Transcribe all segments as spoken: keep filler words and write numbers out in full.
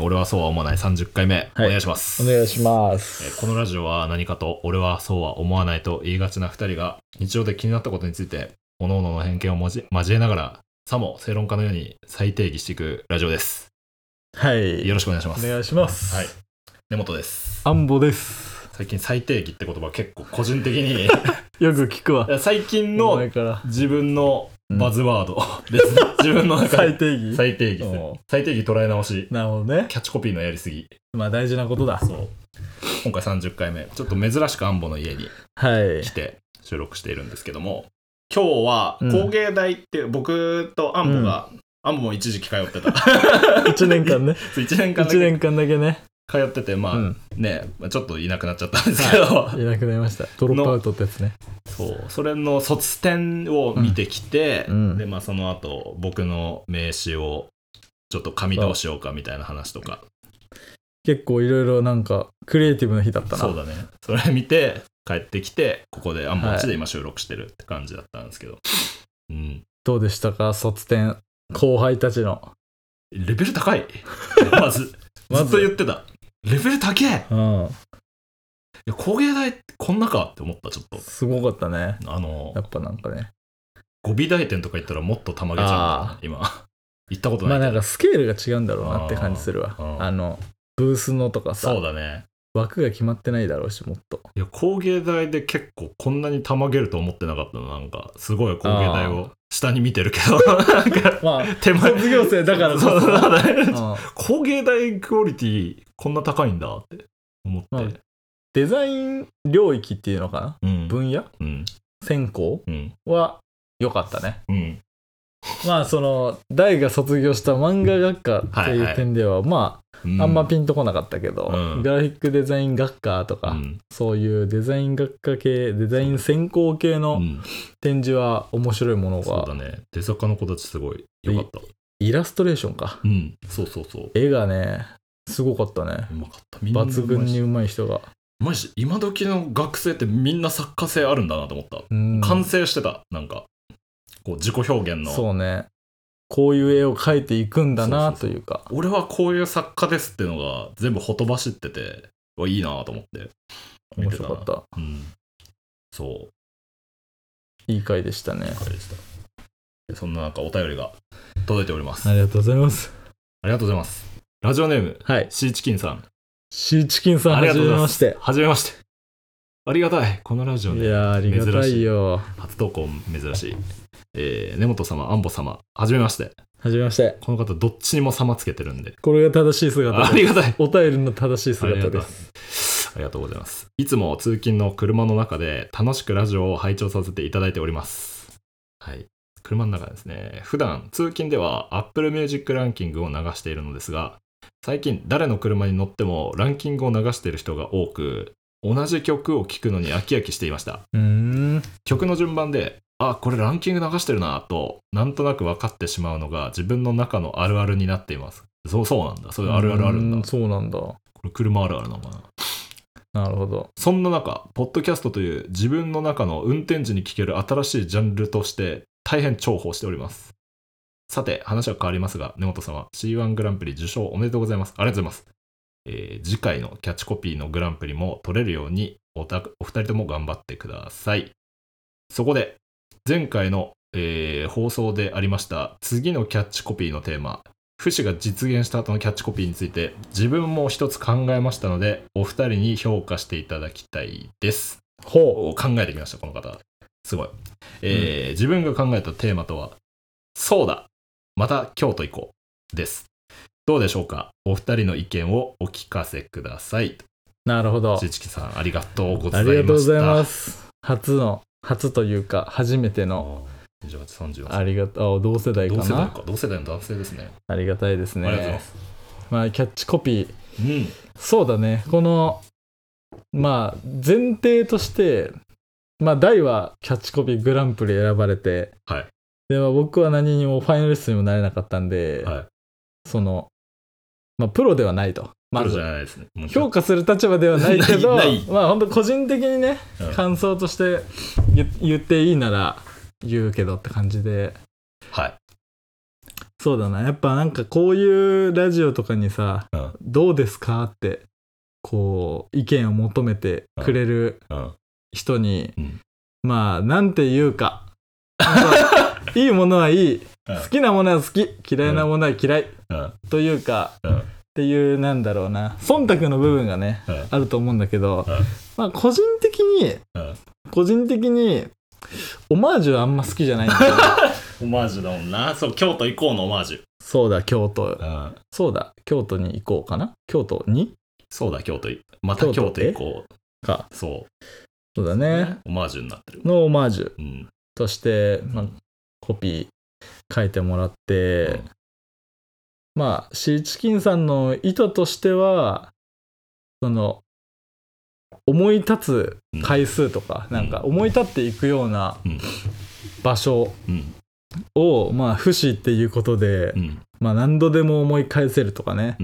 俺はそうは思わないさんじゅっかいめ、はい、お願いします。 お願いします。 えー、このラジオは何かと俺はそうは思わないと言いがちなふたりが日常で気になったことについて各々の偏見を交えながらさも正論家のように再定義していくラジオです。 はい、 よろしくお願いします。 お願いします。 はい、根本です。 アンボです。 最近再定義って言葉結構個人的によく聞くわ。 最近の自分のバズワードですね、うん、自分の中で再定義再定義ですね。再定義捉え直し。 なるほどね。 キャッチコピーのやりすぎ。 まあ大事なことだ。 そう。今回さんじゅっかいめ、ちょっと珍しくアンボの家に来て収録しているんですけども、はい、今日は工芸大って僕とアンボが、うん、アンボも一時期通ってたいちねんかんねいちねんかんだけいちねんかんだけね通ってて、まあ、うん、ね、ちょっといなくなっちゃったんですけど、 はい、いなくなりました。ドロップアウトってやつね。 そう、それの卒展を見てきて、うん、でまあその後僕の名刺をちょっと紙どうしようかみたいな話とか、 結構いろいろなんかクリエイティブな日だったな。 そうだね。それ見て帰ってきて、ここでアンボッチで今収録してるって感じだったんですけど、はい、うん、どうでしたか卒展、後輩たちのレベル高いまずずっと言ってたレベル高え、うん、いや工芸大こんなかって思った。ちょっとすごかったね。 あのやっぱなんかね、 語尾大店とか行ったらもっとたまげちゃう、今行ったことない。 まあなんかスケールが違うんだろうなって感じするわ。あ, あのブースのとかさ、 そうだね、 枠が決まってないだろうし、もっと。 いや工芸大で結構こんなにたまげると思ってなかったの。なんかすごい工芸大を下に見てるけどなんかまあ手前卒業生だからこそ工芸大クオリティこんな高いんだって思って、まあ、 デザイン領域っていうのかな、うん、分野、うん、専攻、うん、は良かったね、うん、まあその大が卒業した漫画学科っていう点では、はいはい、まああんまピンとこなかったけど、うん、グラフィックデザイン学科とか、うん、そういうデザイン学科系、デザイン専攻系の展示は面白いものが、 そうだね、デザ科の子たちすごい良かった。 イラストレーションか、 うん、そうそうそう、 絵がねすごかったね。 うまかった。みんな抜群に上手い人が。 マジ今時の学生ってみんな作家性あるんだなと思った。うん、完成してた。なんかこう自己表現の、 そうね、こういう絵を描いていくんだなというか、 そうそうそう、俺はこういう作家ですっていうのが全部ほとばしってて、いいなと思って面白かった、 うん、そういい回でしたね。いい回でした。そんな中お便りが届いております。 ありがとうございます。 ありがとうございます。ラジオネーム、はい、シーチキンさん。 シーチキンさん、はじめまして。 はじめまして。ありがたい。このラジオね、 いやありがたいよ。 初投稿珍しい。えー、根本様、アンボ様、はじめまして。 はじめまして。 この方どっちにも様つけてるんで、 これが正しい姿です。 ありがたい。 お便りの正しい姿です。 ありがとうございます。いつも通勤の車の中で楽しくラジオを拝聴させていただいております。はい。車の中ですね。普段通勤では Apple Music ランキングを流しているのですが、最近誰の車に乗ってもランキングを流している人が多く、同じ曲を聴くのに飽き飽きしていました。うーん、曲の順番で、あ、これランキング流してるなとなんとなく分かってしまうのが自分の中のあるあるになっています。そうそうなんだ。そういうあるあるあるんだ。 うん、そうなんだ。 これ車あるあるなのかな。 なるほど。 そんな中、ポッドキャストという自分の中の運転時に聴ける新しいジャンルとして大変重宝しております。さて、話は変わりますが、根本様 シーワン グランプリ受賞おめでとうございます。ありがとうございます。えー、次回のキャッチコピーのグランプリも取れるように お, たお二人とも頑張ってください。そこで前回の、えー、放送でありました次のキャッチコピーのテーマ、不死が実現した後のキャッチコピーについて自分も一つ考えましたので、お二人に評価していただきたいです。ほう、考えてきました。この方すごい、えーうん、自分が考えたテーマとは、そうだまた京都行こうです。どうでしょうか。お二人の意見をお聞かせください。 なるほど。 しちきさん、ありがとうございました。 ありがとうございます。初の初というか初めてのにじゅうはち、さんじゅうよんありがとう。同世代かな。 同世代か。同世代の男性ですね。 ありがたいですね。 ありがとうございます。 まあキャッチコピー、うん、そうだね。このまあ前提として、まあ大はキャッチコピーグランプリ選ばれて、はい、でまあ、僕は何にもファイナリストにもなれなかったんで、はい、そのまあプロではないと。まず評価する立場ではないけど、まあ本当個人的にね、うん、感想として言っていいなら言うけどって感じで、はい、 そうだな。やっぱなんかこういうラジオとかにさ、うん、どうですかってこう意見を求めてくれる人に、うんうん、まあなんて言うか、いいものはいい、うん、好きなものは好き、嫌いなものは嫌い、うん、というか、うん、っていうなんだろうな、忖度の部分がね、うん、あると思うんだけど、うん、まあ個人的に、うん、個人的にオマージュはあんま好きじゃないんだけどオマージュだもんな。そう、京都行こうのオマージュ。 そうだ、京都、うん、そうだ、京都に行こうかな。京都にそうだ、京都また京都行こうか。 そうそうだね。 オマージュになってるのオマージュ、うん、として、まあ、コピー書いてもらって、うん、まあシーチキンさんの意図としてはその思い立つ回数とか、うん、なんか思い立っていくような場所を、まあ不死っていうことで、うん、まあ何度でも思い返せるとかね、うん、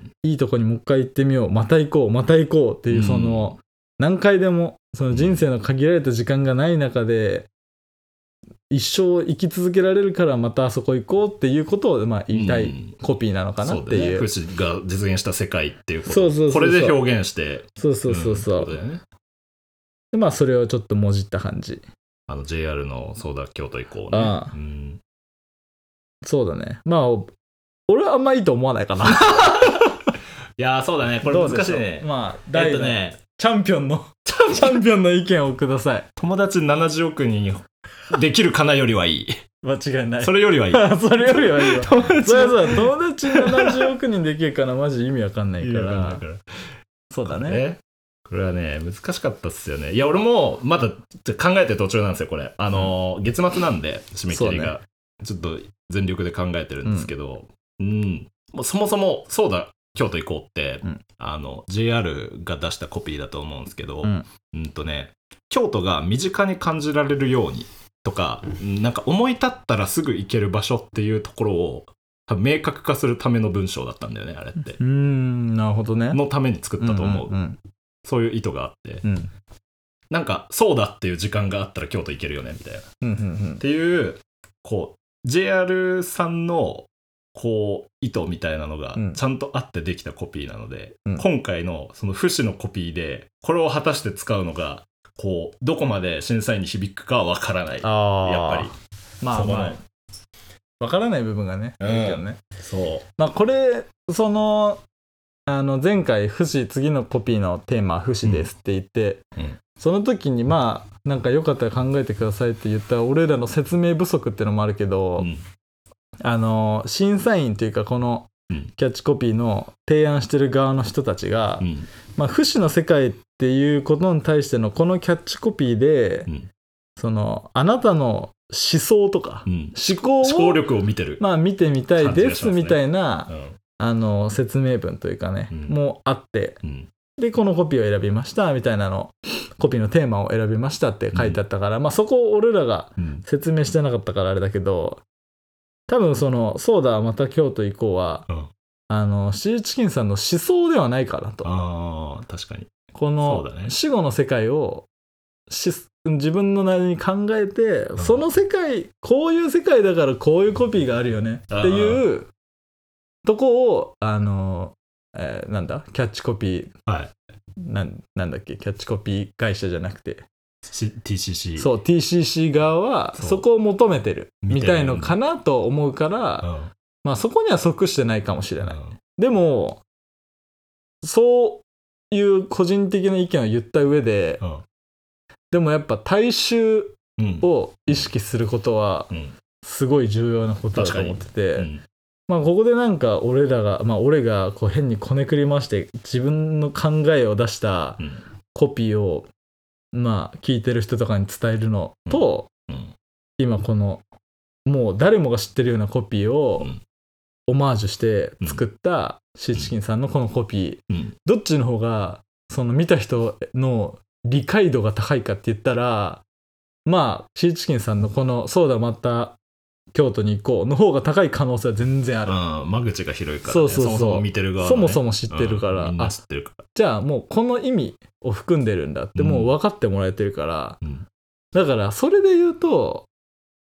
いいとこにもう一回行ってみよう、また行こうまた行こうっていう、その、うん、何回でもその人生の限られた時間がない中で一生生き続けられるからまたあそこ行こうっていうことをまあ言いたいコピーなのかなっていう、うん、そうだね、 フシが実現した世界っていうこと、そうそうそうそう、これで表現してそうそうそうそう、うん、ね、でまあそれをちょっともじった感じ、 あの ジェイアール のそうだ京都行こうね、ああ、うん、 そうだね、まあ俺はあんまいいと思わないかないやそうだね、これ難しいね、 まあ大の、えっとね、チャンピオンのチャンピオンの意見をください。 友達ななじゅうおくにんできるかなよりはいい。 間違いない。 それよりはいい。 それよりはいいわ。友達それはさ、友達ななじゅうおくにんできるかな、マジ意味わかんないから。からそうだね。 これはね、難しかったっすよね。いや、俺もまだ考えてる途中なんですよ、これ。あの、うん、月末なんで、締め切りが。ね、ちょっと全力で考えてるんですけど、うん。うん、もうそもそも、そうだ、京都行こうって、うん、あの ジェイアール が出したコピーだと思うんですけど、うん、うんとね、京都が身近に感じられるようにとか、なんか思い立ったらすぐ行ける場所っていうところを多分明確化するための文章だったんだよね、あれって。 うーん、なるほどね。 のために作ったと思う。うんうんうん、そういう意図があって、うん、なんかそうだっていう時間があったら京都行けるよねみたいな、うんうんうん、っていうこう ジェイアール さんのこう意図みたいなのがちゃんとあってできたコピーなので、うん、今回のその不死のコピーでこれを果たして使うのがこうどこまで審査員に響くかは分からない。あ、やっぱりまあまあ分からない部分がね、うん、あるけどね。 そう、 まあこれそのあの前回不死、次のコピーのテーマは不死ですって言って、うんうん、その時にまあなんかよかったら考えてくださいって言った俺らの説明不足っていうのもあるけど、うん、あの審査員というかこのキャッチコピーの提案してる側の人たちが、うん、まあ不死の世界っていうことに対してのこのキャッチコピーで、うん、そのあなたの思想とか、うん、思考を思考力を見てる、 まあ見てみたいですみたいな、うん、あの説明文というかね、うん、もあって、うん、でこのコピーを選びましたみたいなの、コピーのテーマを選びましたって書いてあったから、うん、まあそこを俺らが説明してなかったからあれだけど、多分そのそうだまた京都行こうは、うん、あのシーチキンさんの思想ではないかなと。 ああ、確かにこの死後の世界をし自分のなりに考えて、うん、その世界こういう世界だからこういうコピーがあるよねっていうとこをあの、えー、なんだキャッチコピー、はい、な, なんだっけキャッチコピー会社じゃなくてティーシーシー、 そう ティーシーシー 側はそこを求めてるみたいのかなと思うから、うん、まあそこには即してないかもしれない、うん、でもそういう個人的な意見を言った上で、うん、でもやっぱ大衆を意識することはすごい重要なことだと思ってて、うん、まあここでなんか俺らがまあ俺がこう変にこねくり回して自分の考えを出したコピーをまあ聞いてる人とかに伝えるのと、うんうん、今このもう誰もが知ってるようなコピーをオマージュして作ったシーチキンさんのこのコピー、うん、どっちの方がその見た人の理解度が高いかって言ったら、まあシーチキンさんのこのそうだまた京都に行こうの方が高い可能性は全然ある。 うん、間口が広いから、ね、 そうそうそう、 そもそも見てる側、ね、 そもそも知ってるから、うん、みんな知ってるから、じゃあもうこの意味を含んでるんだってもう分かってもらえてるから、うん、だからそれで言うと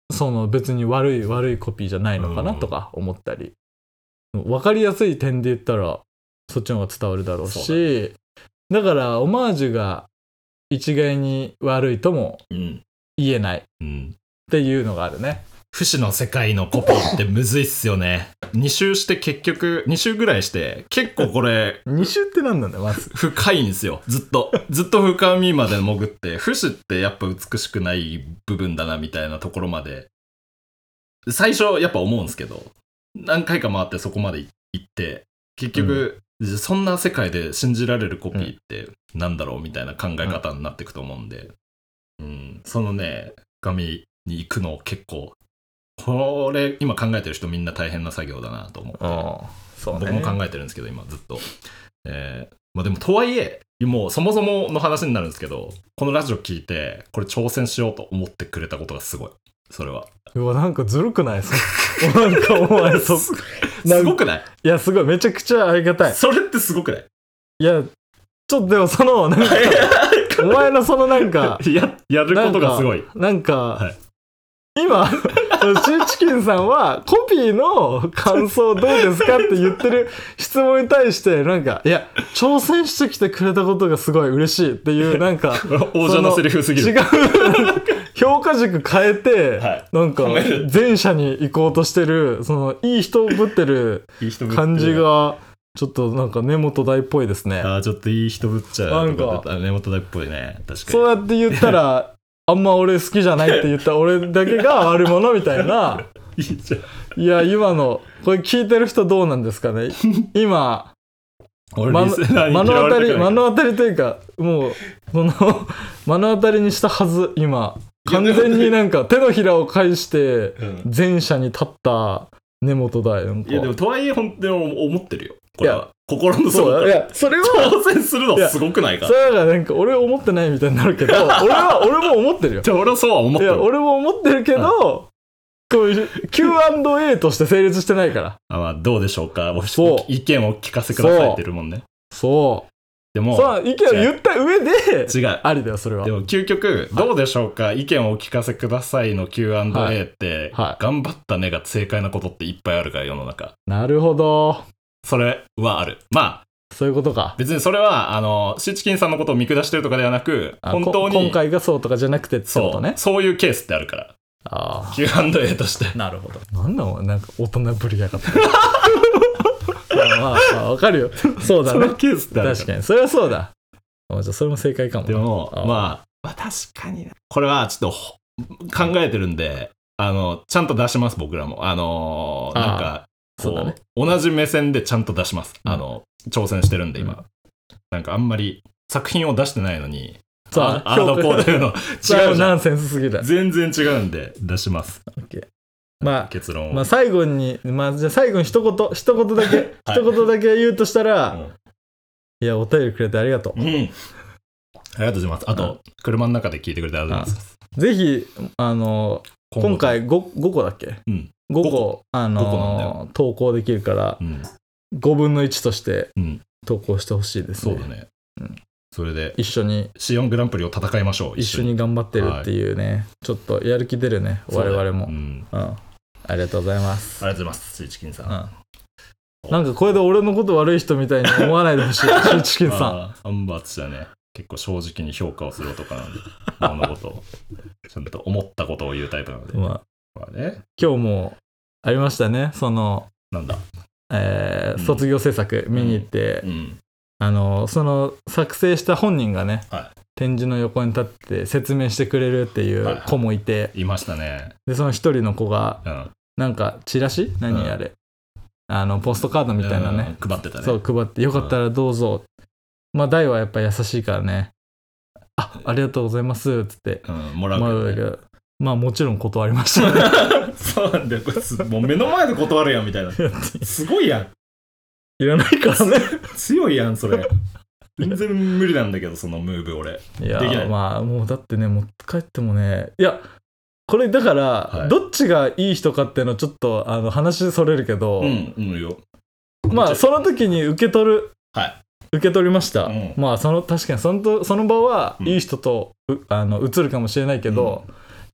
その別に悪い悪いコピーじゃないのかなとか思ったり、分かりやすい点で言ったらそっちの方が伝わるだろうし、だからオマージュが一概に悪いとも言えないっていうのがあるね。 不死の世界のコピーってむずいっすよね。に周して結局に周ぐらいして結構これに周って何なんだよまず。 深いんですよ。ずっとずっと深みまで潜って不死ってやっぱ美しくない部分だなみたいなところまで最初やっぱ思うんですけど、何回か回ってそこまで行って結局、うん、そんな世界で信じられるコピーってなんだろうみたいな考え方になっていくと思うんで、うん、そのね神に行くの結構これ今考えてる人みんな大変な作業だなと思って、そうね、僕も考えてるんですけど今ずっと、えーまあ、でもとはいえもうそもそもの話になるんですけど、このラジオ聞いてこれ挑戦しようと思ってくれたことがすごい。それはうわなんかずるくないなんかお前そすごくない？ いやすごいめちゃくちゃありがたい。 それってすごくない？ いやちょっとでもそのなんかお前のそのなんかや, やることがすごいなんか、はい、今シーチキンさんはコピーの感想どうですかって言ってる質問に対してなんかいや挑戦してきてくれたことがすごい嬉しいっていうなんか王者のセリフすぎる。 違う評価軸変えて、はい、なんか前者に行こうとしてるそのいい人ぶってる感じがちょっとなんか根本大っぽいですね。 ああちょっといい人ぶっちゃうなんか根本大っぽいね。確かにそうやって言ったらあんま俺好きじゃないって言った俺だけが悪者みたいな。いいじゃん。いや今のこれ聞いてる人どうなんですかね。今俺目の当たり目の当たりというかもうその目の当たりにしたはず。今完全になんか手のひらを返して前者に立った根本だよ。 いやでもとはいえ本当に思ってるよこれは。心の底から。 いやそれは挑戦するのすごくないか。 それはなんか俺は思ってないみたいになるけど俺は俺も思ってるよ。 じゃあ俺はそうは思ってる。 いや俺も思ってるけど、はい、こういう キューアンドエー として成立してないから。 あ、まあどうでしょうか。そう意見を聞かせくださいってるもんね。 そうでもそう意見を言った上で違うありだよそれは。 でも究極どうでしょうか、はい、意見をお聞かせくださいの キューアンドエー って、はいはい、頑張ったねが正解なことっていっぱいあるから世の中。 なるほど。 それはある。まあそういうことか。 別にそれはあのシーチキンさんのことを見下してるとかではなく本当に今回がそうとかじゃなくてってことね。 そう、そういうケースってあるから。あ キューアンドエー として。 なるほど。なんだお前なんか大人ぶりやがった。まあまあわかるよ。そうだね。 そのケースってあるから。 確かにそれはそうだ。じゃあそれも正解かも。 でもあ、まあ、まあ確かにこれはちょっと考えてるんであのちゃんと出します僕らも。あのー、なんかそうだね、同じ目線でちゃんと出します、うん、あの挑戦してるんで今、うん、なんかあんまり作品を出してないのにああのこうだよの違うじゃん。 ナンセンスすぎだ。 全然違うんで出します。 OK。まあ、 結論を、 まあ、最後に、まあ、じゃあ最後に一言一言だけ、はい、一言だけ言うとしたら、うん、いやお便りくれてありがとう、うん、ありがとうございます。あと、うん、車の中で聞いてくれてありがとうございます。 ぜひあの今回 5, 5個だっけ、うん、ごこ、あのー、投稿できるから、うん、ごぶんのいちとして投稿してほしいですね、 うん、そうだね、うん、それで一緒にシーワン グランプリを戦いましょう。 一緒に頑張ってるっていうね、はい、ちょっとやる気出るね我々も、うんうん、ありがとうございます。 ありがとうございますシーチキンさん、 うん、なんかこれで俺のこと悪い人みたいに思わないでほしいシーチキンさん。 アンバーツはね結構正直に評価をする男なんで物事をちゃんと思ったことを言うタイプなので、まあまあね、今日もありましたねそのなんだ、 えーうん、卒業制作見に行って、うんうん、あのその作成した本人がね、はい、展示の横に立って説明してくれるっていう子もいて、はいはい、 いましたね。 でその一人の子が、うん、なんかチラシ何あれ、うん、あのポストカードみたいなね、 うん、配ってたね。 そう配ってよかったらどうぞ、うん、まあ大はやっぱ優しいからね、あありがとうございますっつって、 うん、もらうけど、ね、 まあもちろん断りましたね。 そうなんだよ。これもう目の前で断るやんみたいな。すごいやん。 いらないからね。 強いやんそれ。全然無理なんだけどそのムーブ俺。 いやできない。まあもうだってね持って帰ってもね、いやこれだから、はい、どっちがいい人かっていうのはちょっとあの話それるけど、 うんうんよ。 まあその時に受け取る。 はい。 受け取りました、うん、まあその確かにその、その場はいい人と、うん、あの映るかもしれないけど、うん、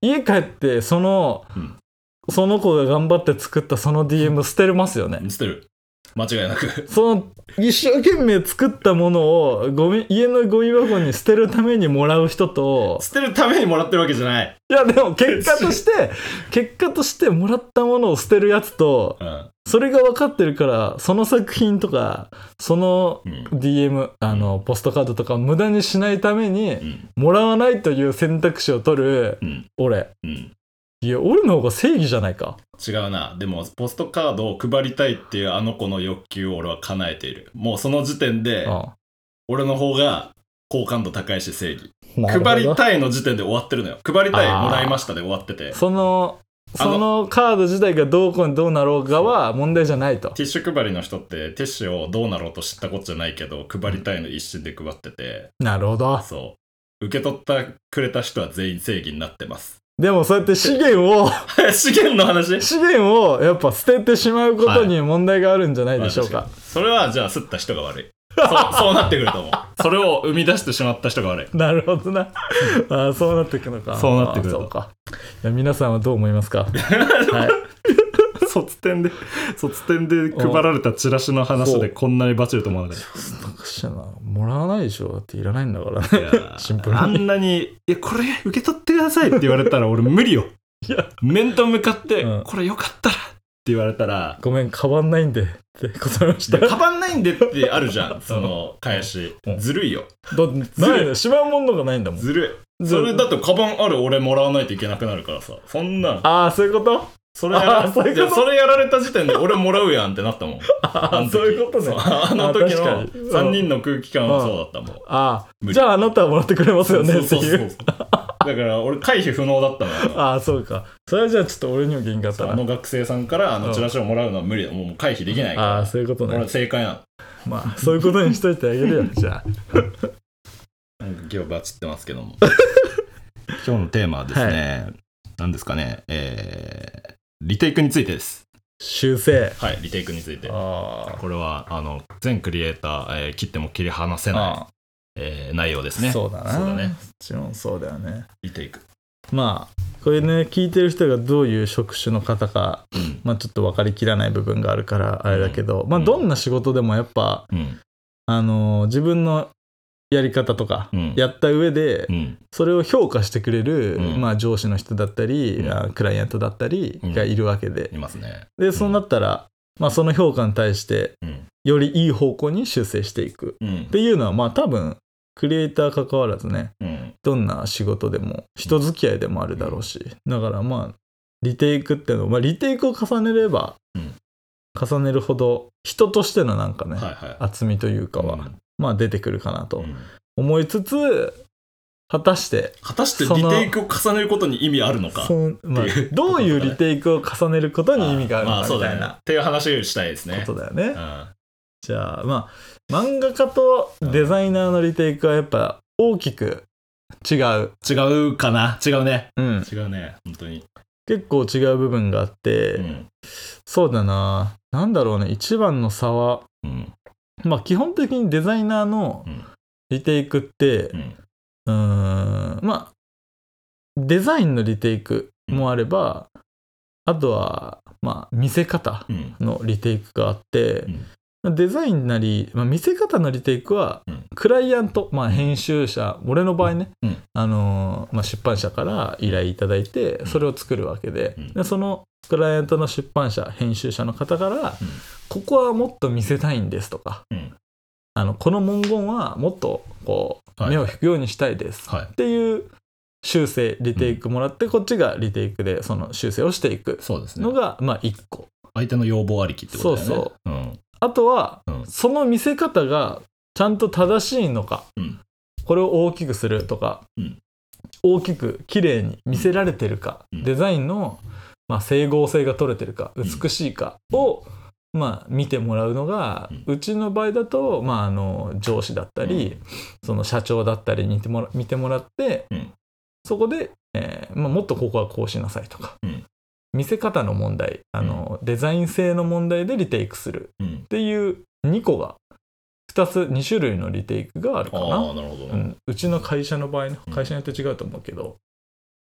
家帰ってその、うん、その子が頑張って作ったその ディーエム 捨てますよね。 捨てる、間違いなく。 その一生懸命作ったものをゴミ家のゴミ箱に捨てるためにもらう人と、 捨てるためにもらってるわけじゃない。 いやでも結果として結果としてもらったものを捨てるやつと、うん、それが分かってるからその作品とかその ディーエム、うん、あのポストカードとかを無駄にしないために、うん、もらわないという選択肢を取る、うん、俺、うん、いや俺の方が正義じゃないか。 違うな。でもポストカードを配りたいっていうあの子の欲求を俺は叶えている。もうその時点で俺の方が好感度高いし正義。配りたいの時点で終わってるのよ。配りたいもらいましたで終わってて、 そのそのカード自体がどうこうにどうなろうかは問題じゃないと。 ティッシュ配りの人ってティッシュをどうなろうと知ったことじゃないけど配りたいの一心で配ってて、 なるほど。 そう受け取ったくれた人は全員正義になってます。 でもそうやって資源を資源の話資源をやっぱ捨ててしまうことに問題があるんじゃないでしょうか、 はい、それはじゃあ吸った人が悪い。そ, そうなってくると思う。それを生み出してしまった人が悪い。 なるほどな。あ、そうなってくるのか。 そうなってくると。 そうか。いや皆さんはどう思いますか。はい、 卒展で卒展で配られたチラシの話でこんなにバチると思わなかった。 もらわないでしょ。だっていらないんだからね。シンプルにあんなにいやこれ受け取ってくださいって言われたら俺無理よ。いや面と向かって、うん、これよかったらって言われたらごめん変わんないんでって答えました。 変わんないんでってあるじゃん。その返し、うん、ずるいよ。 だないしまうものがないんだもん。 ずるい。それだってカバンある俺もらわないといけなくなるからさ。そんなああそういうこと。 それやらそれそれやられた時点で俺もらうやんってなったもん。 あそういうことね。 あの時のさんにんの空気感はそうだったもん。 ああじゃああなたはもらってくれますよねっていう。 だから俺回避不能だったのよ。 ああそうか。それはじゃあちょっと俺にも原因があったな。 あの学生さんからあのチラシをもらうのは無理だ。もう回避できないから。 ああそういうことね。 俺正解なの。 まあそういうことにしといてあげるよ。じゃあ今日バチってますけども今日のテーマはですね、はい、何ですかね、えー、リテイクについてです。 修正。 はい、リテイクについて。あこれはあの全クリエイター、えー、切っても切り離せない、えー、内容ですね。 そうだな。 そうだね。もちろんそうだよね。 リテイク。 まあこれね聞いてる人がどういう職種の方か、うん、まあちょっと分かりきらない部分があるからあれだけど、うん、まあどんな仕事でもやっぱ、うん、あの自分のやり方とかやった上で、うん、それを評価してくれる、うんまあ、上司の人だったり、うん、クライアントだったりがいるわけで、 うん、いますね。 でそうなったら、まあ、その評価に対してよりいい方向に修正していくっていうのは、まあ多分クリエイター関わらずね、うん、どんな仕事でも人付き合いでもあるだろうし、だからまあリテイクっていうのは、まあ、リテイクを重ねれば、うん、重ねるほど人としてのなんかね、はいはい、厚みというかは、うんまあ出てくるかなと思いつつ、うん、果たして果たしてリテイクを重ねることに意味あるのか、 まあ、どういうリテイクを重ねることに意味があるのかみたいな、まあね、 っていう話をしたいですね。 ことだよね、うん、じゃあまあ漫画家とデザイナーのリテイクはやっぱ大きく違う違うかな。違うね、うん、違うね。本当に結構違う部分があって、うん、そうだな、なんだろうね、一番の差は、うんまあ、基本的にデザイナーのリテイクって、うん、うーんまあデザインのリテイクもあれば、うん、あとはまあ見せ方のリテイクがあって、うん、デザインなり、まあ、見せ方のリテイクは、うん、クライアント、まあ、編集者、俺の場合ね、うんあのーまあ、出版社から依頼いただいてそれを作るわけで、うん、でそのクライアントの出版社編集者の方から、うん、ここはもっと見せたいんですとか、うん、あのこの文言はもっとこう目を引くようにしたいですっていう修正リテイクもらって、うん、こっちがリテイクでその修正をしていくのが、ね、まあいっこ相手の要望ありきってことだよね。 そうそう、 うん、 あとは、うん、その見せ方がちゃんと正しいのか、うん、これを大きくするとか、うん、大きく綺麗に見せられてるか、うん、デザインのまあ、整合性が取れてるか美しいかを、うんまあ、見てもらうのが、うん、うちの場合だと、まあ、あの上司だったり、うん、その社長だったりに見てもら、見てもらって、うん、そこで、えーまあ、もっとここはこうしなさいとか、うん、見せ方の問題あの、うん、デザイン性の問題でリテイクするっていうにこがふたつに種類のリテイクがあるかな。 あ、なるほど、 うん、うちの会社の場合ね、会社によって違うと思うけど、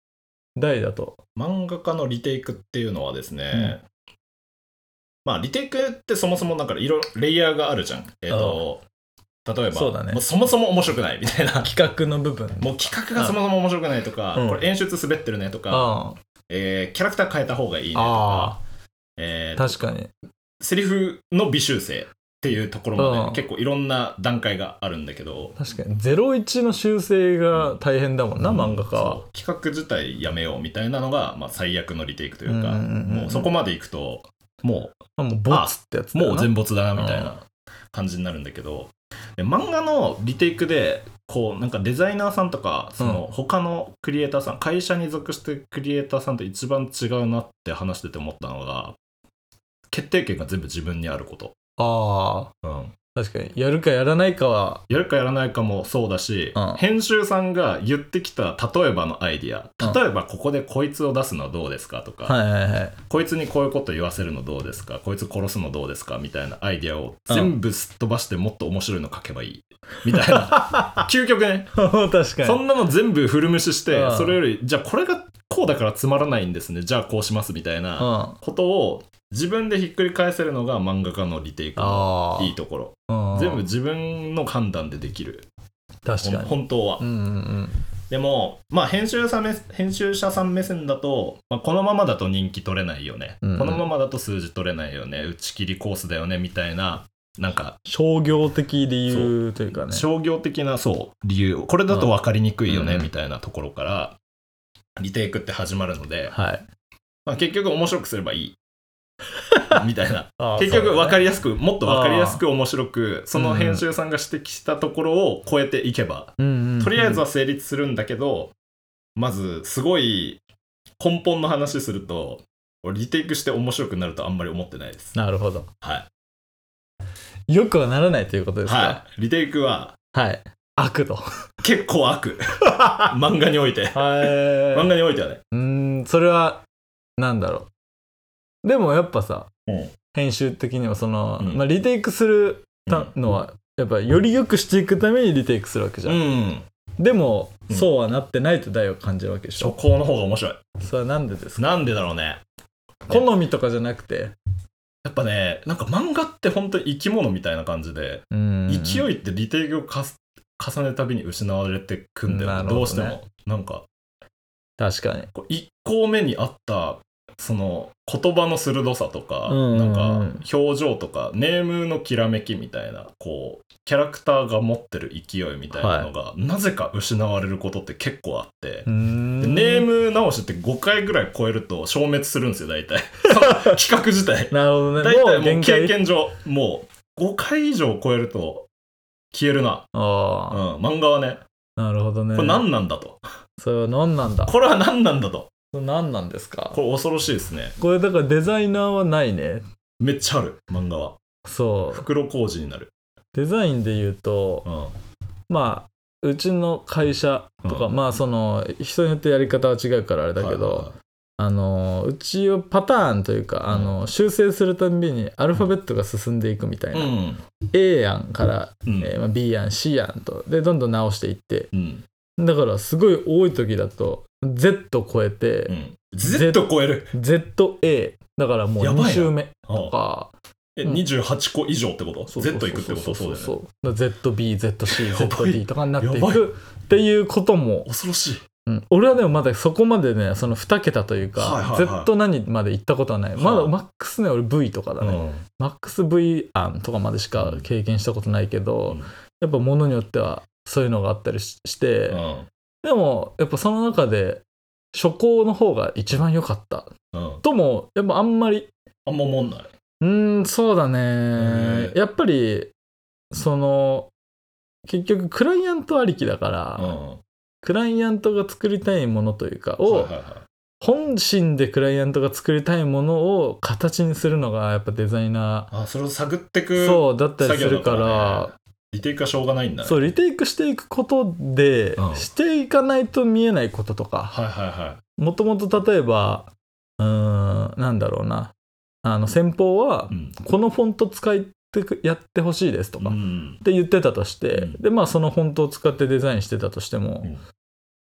大だと。 漫画家のリテイクっていうのはですね、うん、まあリテイクってそもそもなんかいろいろレイヤーがあるじゃん。えっ、ー、と例えばそうだ、ね、もうそもそも面白くないみたいな企画の部分、 もう企画がそもそも面白くないとか、うん、これ演出滑ってるねとか、えー、キャラクター変えた方がいいねとか、 えー、確かにセリフの微修正っていうところまで結構いろんな段階があるんだけど、 確かにゼロイチの修正が大変だもんな、うん、漫画家は。 企画自体やめようみたいなのが、まあ、最悪のリテイクというか、うんうんうん、もうそこまでいくともうあもうボツってやつだよな、もう全没だなみたいな感じになるんだけど、で漫画のリテイクでこうなんかデザイナーさんとかその他のクリエイターさん、うん、会社に属してるクリエイターさんと一番違うなって話してて思ったのが、決定権が全部自分にあること。 ああ、うん、確かにやるかやらないかはやるかやらないかもそうだし、うん、編集さんが言ってきた例えばのアイディア、例えばここでこいつを出すのどうですかとか、 はいはいはい、 こいつにこういうこと言わせるのどうですか、こいつ殺すのどうですかみたいなアイディアを全部すっ飛ばしてもっと面白いの書けばいいみたいな究極ね確かにそんなの全部古無視して、それよりじゃあこれがこうだからつまらないんですね、じゃあこうしますみたいなことを自分でひっくり返せるのが漫画家のリテイクのいいところ。全部自分の判断でできる。 確かに本当は、うんうんうん、でもまあ編集者目編集者さん目線だと、まあ、このままだと人気取れないよね、うんうん、このままだと数字取れないよね、打ち切りコースだよねみたいな、なんか商業的理由というかね、 商業的なそう理由、これだと分かりにくいよね、うん、みたいなところからリテイクって始まるので、 はいまあ、結局面白くすればいいみたいな結局分かりやすく、もっと分かりやすく面白く、その編集さんが指摘したところを超えていけば、うんうんうん、とりあえずは成立するんだけど、まずすごい根本の話するとリテイクして面白くなるとあんまり思ってないです。 なるほど、 はい、 よくはならないということですか。 はい、リテイクははい悪と結構悪漫画において漫画においてはね、 うーんそれはなんだろう、でもやっぱさ、うん、編集的にはその、うんまあ、リテイクするのはやっぱより良くしていくためにリテイクするわけじゃん、うん、でも、うん、そうはなってないと大を感じるわけでしょ。 そこの方が面白い。 それはなんでですか。 なんでだろうね。 好みとかじゃなくてやっぱね、なんか漫画って本当に生き物みたいな感じで、うんうんうん、勢いってリテイクをかす重ねるたびに失われてくんだよ、ね、どうしてもなんか確かにいっこめにあったその言葉の鋭さとか、うんうんうん、なんか表情とかネームのきらめきみたいな、こうキャラクターが持ってる勢いみたいなのが、はい、なぜか失われることって結構あって、でネーム直しってごかいぐらい超えると消滅するんですよ大体企画自体なるほどね、 大体もう経験上もうごかい以上超えると消えるなあ、うん、漫画はね。 なるほどね。 これ何なんだと。 それは何なんだ。 これは何なんだと。 それ何なんですか。 これ恐ろしいですね。 これだからデザイナーはないね。 めっちゃある漫画は。 そう袋小路になる。 デザインで言うと、うん、まあうちの会社とか、うん、まあその人によってやり方は違うからあれだけど、はいはいはい、あのうちはパターンというか、うん、あの修正するたんびにアルファベットが進んでいくみたいな、うん、A 案から、うんえーまあ、B 案 C 案とでどんどん直していって、うん、だからすごい多い時だと Z 超えて、うん、 Z 超えるゼットエー だからもうに周目とかえ、にじゅうはちこ以上ってこと、うん、Z いくってこと。 そうだよね。ゼットビー、ゼットシー、ゼットディー とかになっていくっていうことも恐ろしい。 うん、俺はでもまだそこまでね、そのに桁というか、はいはいはい、Z 何まで行ったことはない、はい、まだマックスね俺 V とかだね、うん、マックス V 案とかまでしか経験したことないけど、うん、やっぱ物によってはそういうのがあったりして、うん、でもやっぱその中で初行の方が一番良かった、うん、ともやっぱあんまりあんま思んない。 うーんそうだね、やっぱりその結局クライアントありきだから、うんクライアントが作りたいものというかを、はいはいはい、本心でクライアントが作りたいものを形にするのがやっぱデザイナー、あそれを探っていくそうだったりするから、ね、 リテイクはしょうがないんだね。 そうリテイクしていくことで、うん、していかないと見えないこととか、 はいはいはい、 もともと例えばうーんなんだろうなあの先方は、うん、このフォント使いやってほしいですとか、うん、って言ってたとして、うん、でまあそのフォントを使ってデザインしてたとしても、うん、い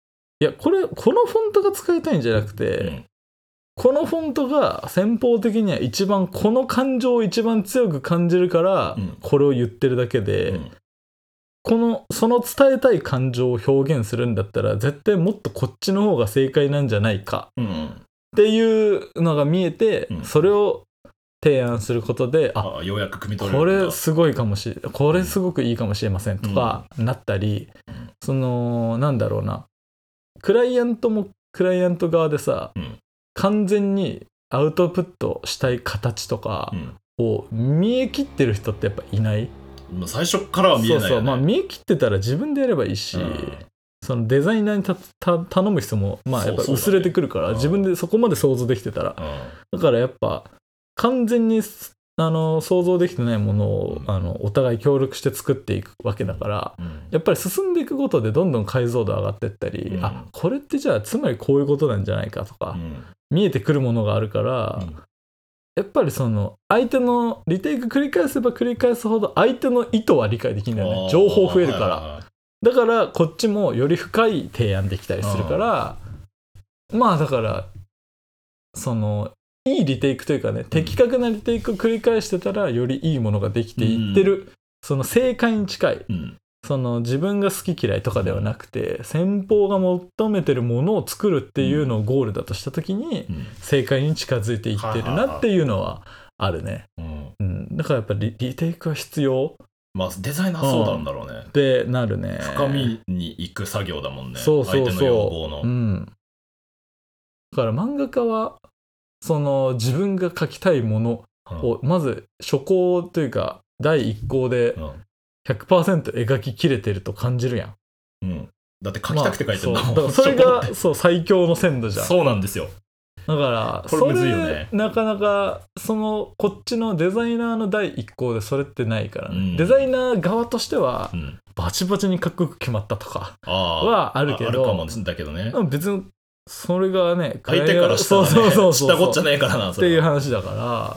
やこれこのフォントが使いたいんじゃなくて、うん、このフォントが先方的には一番この感情を一番強く感じるから、うん、これを言ってるだけで、うん、このその伝えたい感情を表現するんだったら絶対もっとこっちの方が正解なんじゃないか、うん、っていうのが見えて、うん、それを提案することで、 ああようやく汲み取れるこれすごいかもしれない、これすごくいいかもしれませんとかなったり、うん、そのなんだろうな、クライアントもクライアント側でさ、うん、完全にアウトプットしたい形とかを見え切ってる人ってやっぱいない？ うん、最初からは見えないよね。 そうそう、まあ見え切ってたら自分でやればいいし、うん、そのデザイナーにたた頼む必要もまあやっぱ薄れてくるから、そうそうだね、自分でそこまで想像できてたら、うん、だからやっぱ完全にあの想像できてないものを、うん、あのお互い協力して作っていくわけだから、うん、やっぱり進んでいくことでどんどん解像度上がっていったり、うん、あこれってじゃあつまりこういうことなんじゃないかとか、うん、見えてくるものがあるから、うん、やっぱりその相手のリテイク繰り返せば繰り返すほど相手の意図は理解できるんだよね。情報増えるから、はいはい、だからこっちもより深い提案できたりするから、まあだからそのいいリテイクというかね、的確なリテイクを繰り返してたらよりいいものができていってる、うん、その正解に近い、うん、その自分が好き嫌いとかではなくて、うん、先方が求めてるものを作るっていうのをゴールだとした時に、うん、正解に近づいていってるなっていうのはあるね、うんうん、だからやっぱり リ, リテイクは必要。 まあデザイナーそうなんだろうね、 うん、ってなるね。 深みに行く作業だもんね。 そうそうそう、 相手の要望の、 うん、だから漫画家はその自分が描きたいものをまず初稿というかだいいっ項で ひゃくパーセント 描ききれてると感じるやん、 うん、だって描きたくて描いてるんだもん、 まあ、そ, それがそう最強の鮮度じゃん。 そうなんですよ。 だからこれむずいよね。 それなかなかそのこっちのデザイナーのだいいっ項でそれってないからね、うん、デザイナー側としては、うん、バチバチにかっこよく決まったとかはあるけど、あるかもだけどね、 別にそれがね相手からしたらね、そうそうそうそう知ったこっちゃねえからなっていう話だから。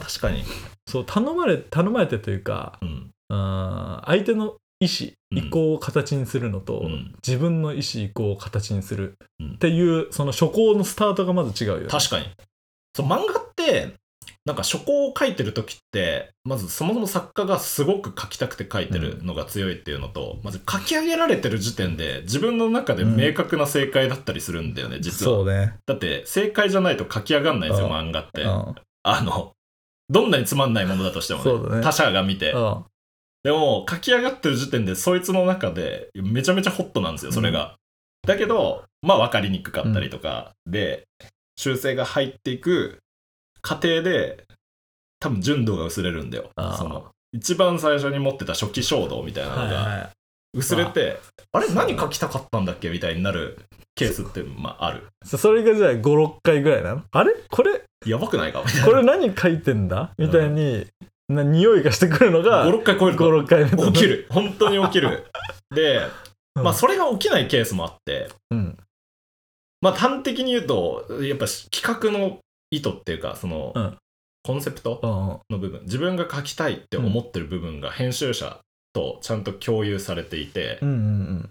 確かにそう頼まれ頼まれてというか、うん、あ相手の意思意向を形にするのと、うん、自分の意思意向を形にするっていう、うん、その初稿のスタートがまず違うよね。 確かにそう漫画ってなんか初稿を書いてる時ってまずそもそも作家がすごく書きたくて書いてるのが強いっていうのと、うん、まず書き上げられてる時点で自分の中で明確な正解だったりするんだよね、うん、実は。 そうね。 だって正解じゃないと書き上がんないんですよ、漫画って。あのどんなにつまんないものだとしても ね, ね他者が見てでも書き上がってる時点でそいつの中でめちゃめちゃホットなんですよそれが、うん、だけどまあ分かりにくかったりとかで、うん、修正が入っていく過程で多分純度が薄れるんだよ。その一番最初に持ってた初期衝動みたいなのが薄れて、はいはい、あれ何書きたかったんだっけみたいになるケースってまあある。 それがじゃあご、ろっかいぐらいなの？あれこれやばくないかみたいな。 これ何書いてんだみたいに、うん、な匂いがしてくるのがご、ろっかい超えるとご、ろっかい起きる。本当に起きる。で、うん、まあそれが起きないケースもあって、うん、まあ端的に言うとやっぱ企画の意図っていうかその、うん、コンセプトの部分、自分が書きたいって思ってる部分が編集者とちゃんと共有されていて、うんうんうん、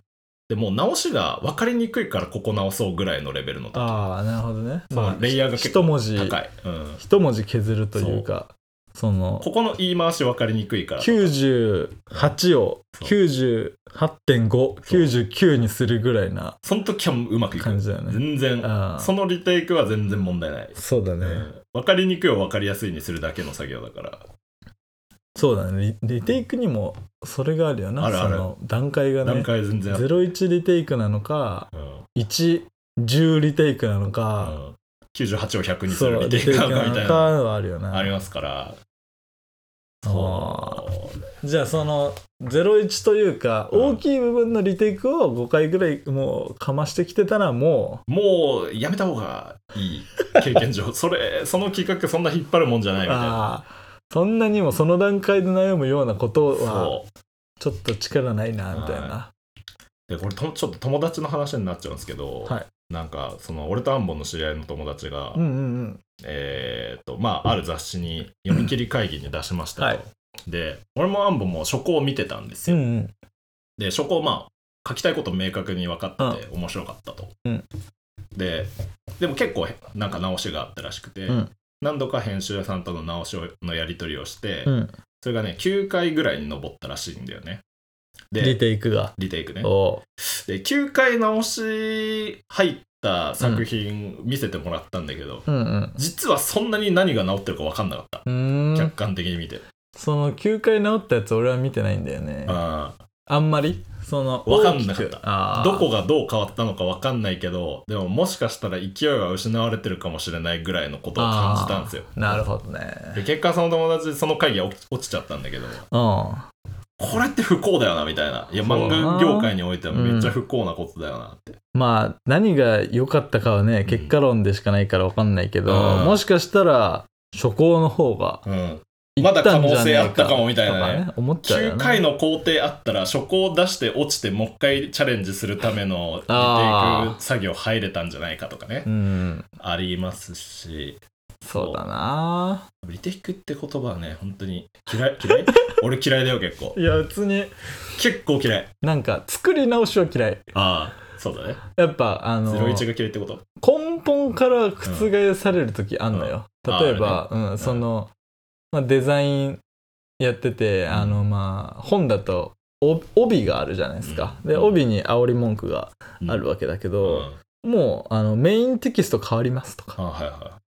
でもう直しが分かりにくいからここ直そうぐらいのレベルの時。 ああなるほどね。 まあレイヤーが結構高い、 うん、一文字削るというかそのここの言い回し分かりにくいからきゅうじゅうはちを きゅうじゅうはちてんご、きゅうじゅうきゅうにするぐらいなその時はうまくいく感じだよね。 全然そのリテイクは全然問題ない。 そうだね、うん、 分かりにくいを分かりやすいにするだけの作業だから。 そうだね。 リ, リテイクにもそれがあるよな。 あるある。 その段階がね段階全然ゼロいちリテイクなのか、うん、いち、じゅうリテイクなのか、うん、 きゅうじゅうはちをひゃくにするリテイクなのかみたいなのはあるよね。 ありますから。 そうじゃあそのゼロいちというか、うん、大きい部分のリテイクをごかいぐらいもうかましてきてたらもうもうやめた方がいい経験上それその企画そんな引っ張るもんじゃないみたいな。 そんなにもその段階で悩むようなことはちょっと力ないなみたいな。 でこれとちょっと友達の話になっちゃうんですけど、はい、なんかその俺とアンボンの知り合いの友達が、うんうんうん、えー、っとまあある雑誌に読み切り会議に出しましたと、はい、で俺もアンボンも初稿を見てたんですよ、うんうん、で初稿まあ書きたいこと明確に分かってて面白かったと、 うん、 ででも結構なんか直しがあったらしくて、うん、何度か編集者さんとの直しのやり取りをして、うん、それがねきゅうかいぐらいに上ったらしいんだよね。でリテイクがリテイクね。できゅうかい直し入った作品見せてもらったんだけど、うんうんうん、実はそんなに何が直ってるか分かんなかった。客観的に見てそのきゅうかい直ったやつ俺は見てないんだよね。ああんまりその分かんなかった。どこがどう変わったのか分かんないけど、でももしかしたら勢いは失われてるかもしれないぐらいのことを感じたんですよ。 なるほどね。 で結果その友達その会議落ちちゃったんだけど、うん、これって不幸だよなみたいな。いや漫画業界においてはめっちゃ不幸なことだよなって、うん、 まあ何が良かったかはね結果論でしかないから分かんないけど、うん、もしかしたら初行の方が、うんまだ可能性あったかもみたいなね。 ね思っちゃうよね。 きゅうかいの工程あったら初行出して落ちてもう一回チャレンジするためのリテイク作業入れたんじゃないかとかね、うん、ありますし。 そうだな。 リテイクって言葉はね本当に嫌い嫌い俺嫌いだよ結構。 いや別に結構嫌い。 なんか作り直しは嫌い。 ああそうだね。 やっぱあのゼロイチが嫌いってこと。 根本から覆される時あんのよ、うん、例えば、ねうん、その、うんまあ、デザインやってて、うん、あのまあ本だと帯があるじゃないですか、うん、で帯に煽り文句があるわけだけど、うん、もうあのメインテキスト変わりますとか、はいはい、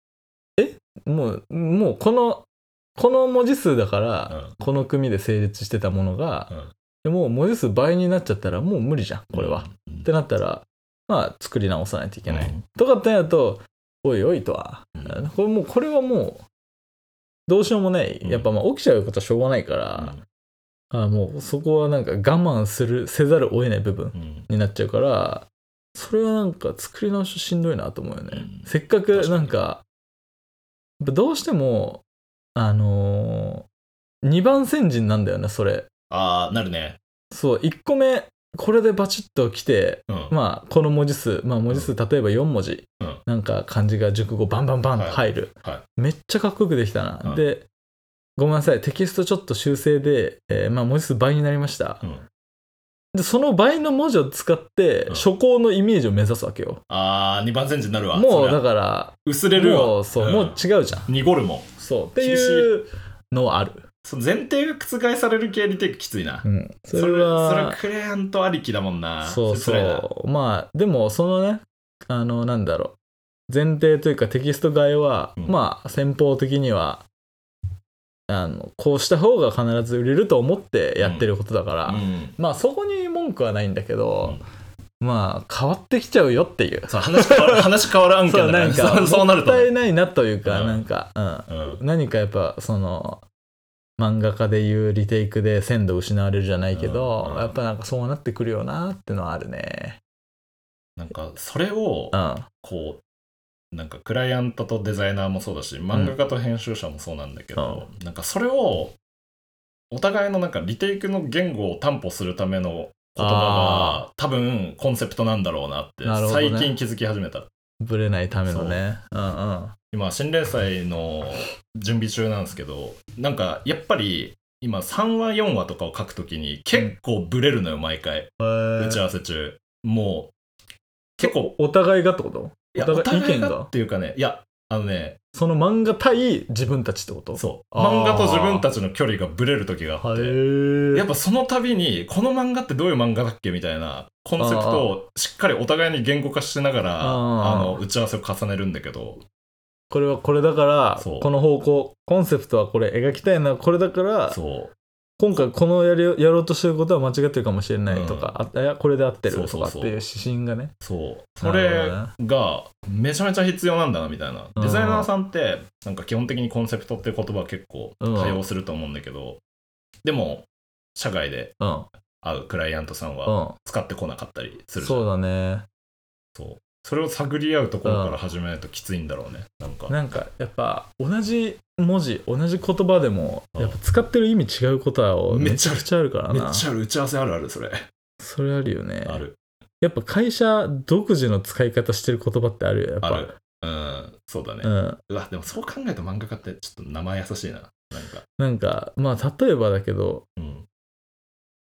えもうもうこのこの文字数だから、うん、この組で成立してたものが、うん、でもう文字数倍になっちゃったらもう無理じゃんこれは、うん、ってなったらまあ作り直さないといけない、うん、とかってなるとおいおいとは、うん、これもうこれはもうどうしようもない。やっぱまあ起きちゃうことはしょうがないから、うん、あもうそこはなんか我慢する、せざるを得ない部分になっちゃうから、それはなんか作り直ししんどいなと思うよね。うん、せっかくなんか、どうしても、あのー、にばん煎じなんだよね、それ。 ああ、なるね。 そう、いっこめ、これでバチッと来て、うん、まあこの文字数、まあ文字数例えばよんもじ、うん、なんか漢字が熟語バンバンバンと入る、はいはい、めっちゃかっこよくできたな、うん、でごめんなさいテキストちょっと修正で、えー、まあ文字数倍になりました、うん、でその倍の文字を使って初行のイメージを目指すわけよ、うん、 あーにばん煎じになるわ。 もうだから薄れるわ。 もうそう、うん、もう違うじゃん。 濁るもん。 そうっていうのはある。 その前提が覆される系リテイクきついな、うん、それはそれ、それはクレイアントありきだもんな。 そうそうまあでもそのねあのなんだろう前提というかテキスト替えは、うん、まあ先方的にはあのこうした方が必ず売れると思ってやってることだから、うんうん、まあそこに文句はないんだけど、うん、まあ変わってきちゃうよっていうそう話変わる話変わる案件だからそうなんかそうなると、ね、もったいないなというか、うん、なんか、うんうん、何かやっぱその漫画家でいうリテイクで鮮度失われるじゃないけど、うんうん、やっぱなんかそうなってくるよなってのはあるね。 なんかそれをこうなんかクライアントとデザイナーもそうだし漫画家と編集者もそうなんだけど、うん、なんかそれをお互いのなんかリテイクの言語を担保するための言葉が多分コンセプトなんだろうなって最近気づき始めた。 ブレないためのね。うんうん。 今新連載の準備中なんですけど、なんかやっぱり今さんわよんわとかを書くときに結構ブレるのよ毎回、打ち合わせ中。もう結構お互いがってこと？ いやお互いがっていうかね、いやあのねその漫画対自分たちってこと？ そう漫画と自分たちの距離がブレる時があって、やっぱその度にこの漫画ってどういう漫画だっけみたいなコンセプトをしっかりお互いに言語化しながらあの打ち合わせを重ねるんだけど、 これはこれだからこの方向コンセプトはこれ描きたいのはこれだからそう今回このやりやろうとしてることは間違ってるかもしれないとか、うん、あいやこれで合ってるとかっていう指針がね、 そうそれがめちゃめちゃ必要なんだなみたいな、うん、デザイナーさんってなんか基本的にコンセプトっていう言葉は結構多用すると思うんだけど、うん、でも社外で会うクライアントさんは使ってこなかったりするじゃん、 うん、そうだね。 そうそれを探り合うところから始めないときついんだろうね。なんかなんかやっぱ同じ文字同じ言葉でもやっぱ使ってる意味違うことはめちゃくちゃあるからな。 めっちゃある。打ち合わせあるあるそれそれあるよね。 ある。 やっぱ会社独自の使い方してる言葉ってあるよやっぱ。 ある。うんそうだね、うん、うわでもそう考えると漫画家ってちょっと名前優しいな。なんかなんかまあ例えばだけど、うん、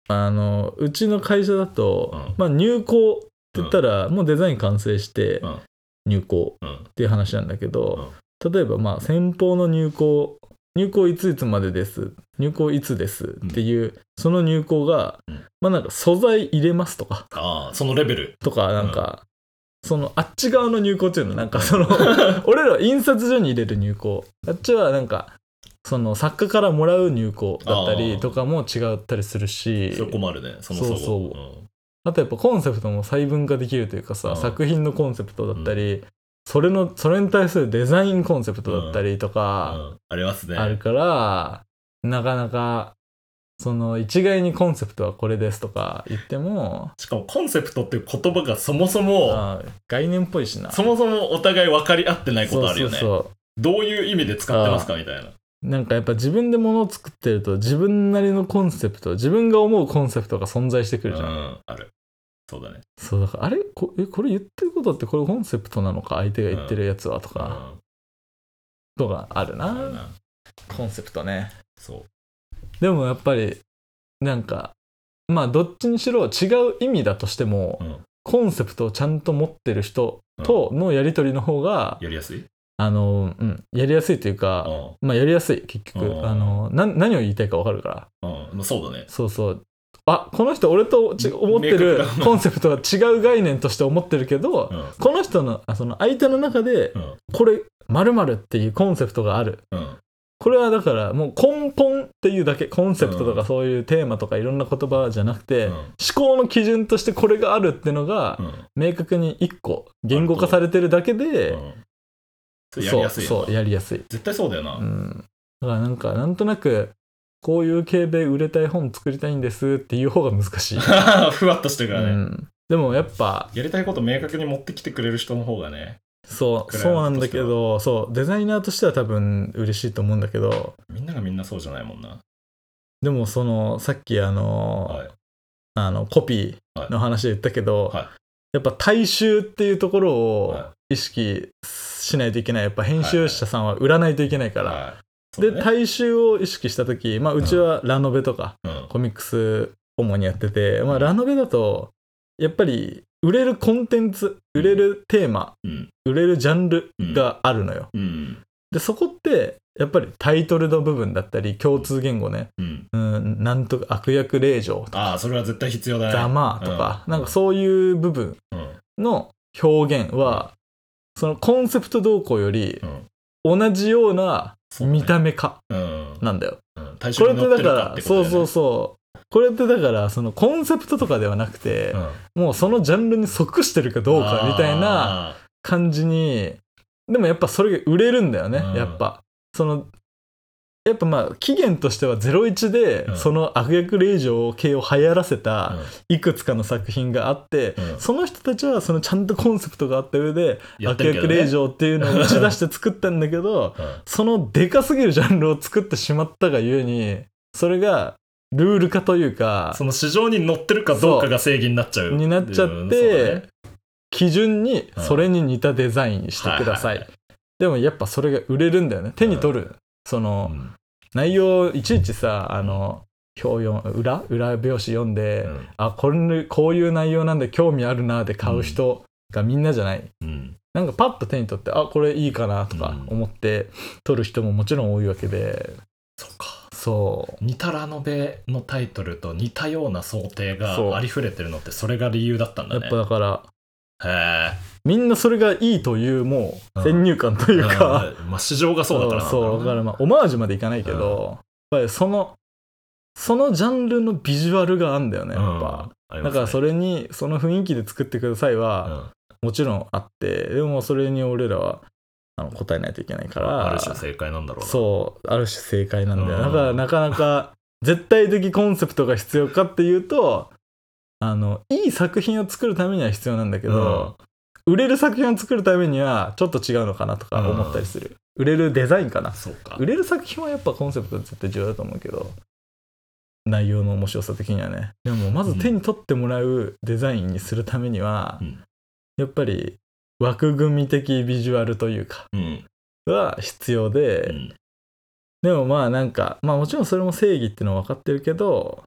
あのうちの会社だと、うん、まあ入稿って言ったら、うん、もうデザイン完成して入稿っていう話なんだけど、うん、例えばまあ先方の入稿入稿いついつまでです入稿いつですっていう、うん、その入稿が、うん、まあなんか素材入れますとか、 あそのレベルとかなんか、うん、そのあっち側の入稿っていうのなんかその俺らは印刷所に入れる入稿、あっちはなんかその作家からもらう入稿だったりとかも違ったりするし、 そこもあるね。そもそもそうそう、うん、あとやっぱコンセプトも細分化できるというかさ、うん、作品のコンセプトだったり、うん、それのそれに対するデザインコンセプトだったりとか、 うんうん、ありますね。 あるからなかなかその一概にコンセプトはこれですとか言っても、 しかもコンセプトっていう言葉がそもそも概念っぽいしな、 そもそもお互い分かり合ってないことあるよね。そうそうそう、どういう意味で使ってますかみたいな。 なんかやっぱ自分で物を作ってると自分なりのコンセプト、自分が思うコンセプトが存在してくるじゃん。うん、 ある。そうだね。 そうだからあれ こ, えこれ言ってることってこれコンセプトなのか相手が言ってるやつはとか、うん、とかあるな。あるな。コンセプトね。 そう。 でもやっぱりなんかまあどっちにしろ違う意味だとしても、うん、コンセプトをちゃんと持ってる人とのやり取りの方が、 うん、やりやすい。 あのうん、やりやすいというか、まあやりやすい結局、あのな何を言いたいか分かるから。 うん、そうだね。 そうそう。あ、この人俺とち思ってるコンセプトは違う概念として思ってるけど、うん、この人のその相手の中で、うん、これ〇〇っていうコンセプトがある。うん、これはだからもう根本っていうだけ、コンセプトとかそういうテーマとかいろんな言葉じゃなくて、うん、思考の基準としてこれがあるっていうのが、うん、明確に一個言語化されてるだけで、うんやりやすいよな。 そうそうやりやすい。 絶対そうだよな。 うん。だからなんかなんとなくこういう系で売れたい本作りたいんですっていう方が難しい。 ふわっとしてるからね、うん。 でもやっぱやりたいこと明確に持ってきてくれる人の方がね。 そうそうなんだけど、そうデザイナーとしては多分嬉しいと思うんだけど。 みんながみんなそうじゃないもんな。 でもそのさっきあの、はい、あのコピーの話で言ったけど、はいはい、やっぱ大衆っていうところを意識しないといけない。やっぱ編集者さんは売らないといけないから、はいはいで、ね、大衆を意識した時、まあ、うちはラノベとか、うん、コミックス主にやってて、まあ、ラノベだとやっぱり売れるコンテンツ、売れるテーマ、うん、売れるジャンルがあるのよ、うんうん、でそこってやっぱりタイトルの部分だったり共通言語ね、うんうん、なんとか悪役令嬢とか、 あそれは絶対必要だね、 ざまとか、うん、なんかそういう部分の表現は、うん、そのコンセプト動向より同じような見た目化なんだよ、うんうん、これってだから、ね、そうそうそうこれってだからそのコンセプトとかではなくて、うん、もうそのジャンルに即してるかどうかみたいな感じに、でもやっぱそれが売れるんだよね、うん、やっぱそのやっぱまあ期限としてはゼロイチでその悪役令嬢系を流行らせたいくつかの作品があって、うん、その人たちはそのちゃんとコンセプトがあった上で悪役令嬢っていうのを打ち出して作ったんだけど、うん、そのでかすぎるジャンルを作ってしまったがゆえにそれがルール化というかその市場に乗ってるかどうかが正義になっちゃうになっちゃって、ね、基準にそれに似たデザインにしてください、うんはいはいはい、でもやっぱそれが売れるんだよね、手に取る、うんその、うん、内容いちいちさあの表読裏裏表紙読んで、うん、あこれこういう内容なんで興味あるなで買う人がみんなじゃない、うん、なんかパッと手に取ってあこれいいかなとか思って取る人ももちろん多いわけで、 うん、そうかそう似たラノベのタイトルと似たような想定がありふれてるのってそれが理由だったんだね。 やっぱだからへみんなそれがいいというもう先入観というか、 うんうんまあ、市場がそうだからなんだろうね。 そうだからまあオマージュまでいかないけど、うん、やっぱりそのそのジャンルのビジュアルがあるんだよねやっぱ、うんね、だからそれにその雰囲気で作ってくださいは、うん、もちろんあってでもそれに俺らはあの答えないといけないからある種正解なんだろうな。 そうある種正解なんだよ、うん、だからなかなか絶対的コンセプトが必要かっていうとあのいい作品を作るためには必要なんだけど、うん、売れる作品を作るためにはちょっと違うのかなとか思ったりする、うん、売れるデザインかな。 そうか売れる作品はやっぱコンセプト絶対重要だと思うけど内容の面白さ的にはね。でもまず手に取ってもらうデザインにするためには、うん、やっぱり枠組み的ビジュアルというか、うん、は必要で、うん、でもまあなんかまあもちろんそれも正義っていうのは分かってるけど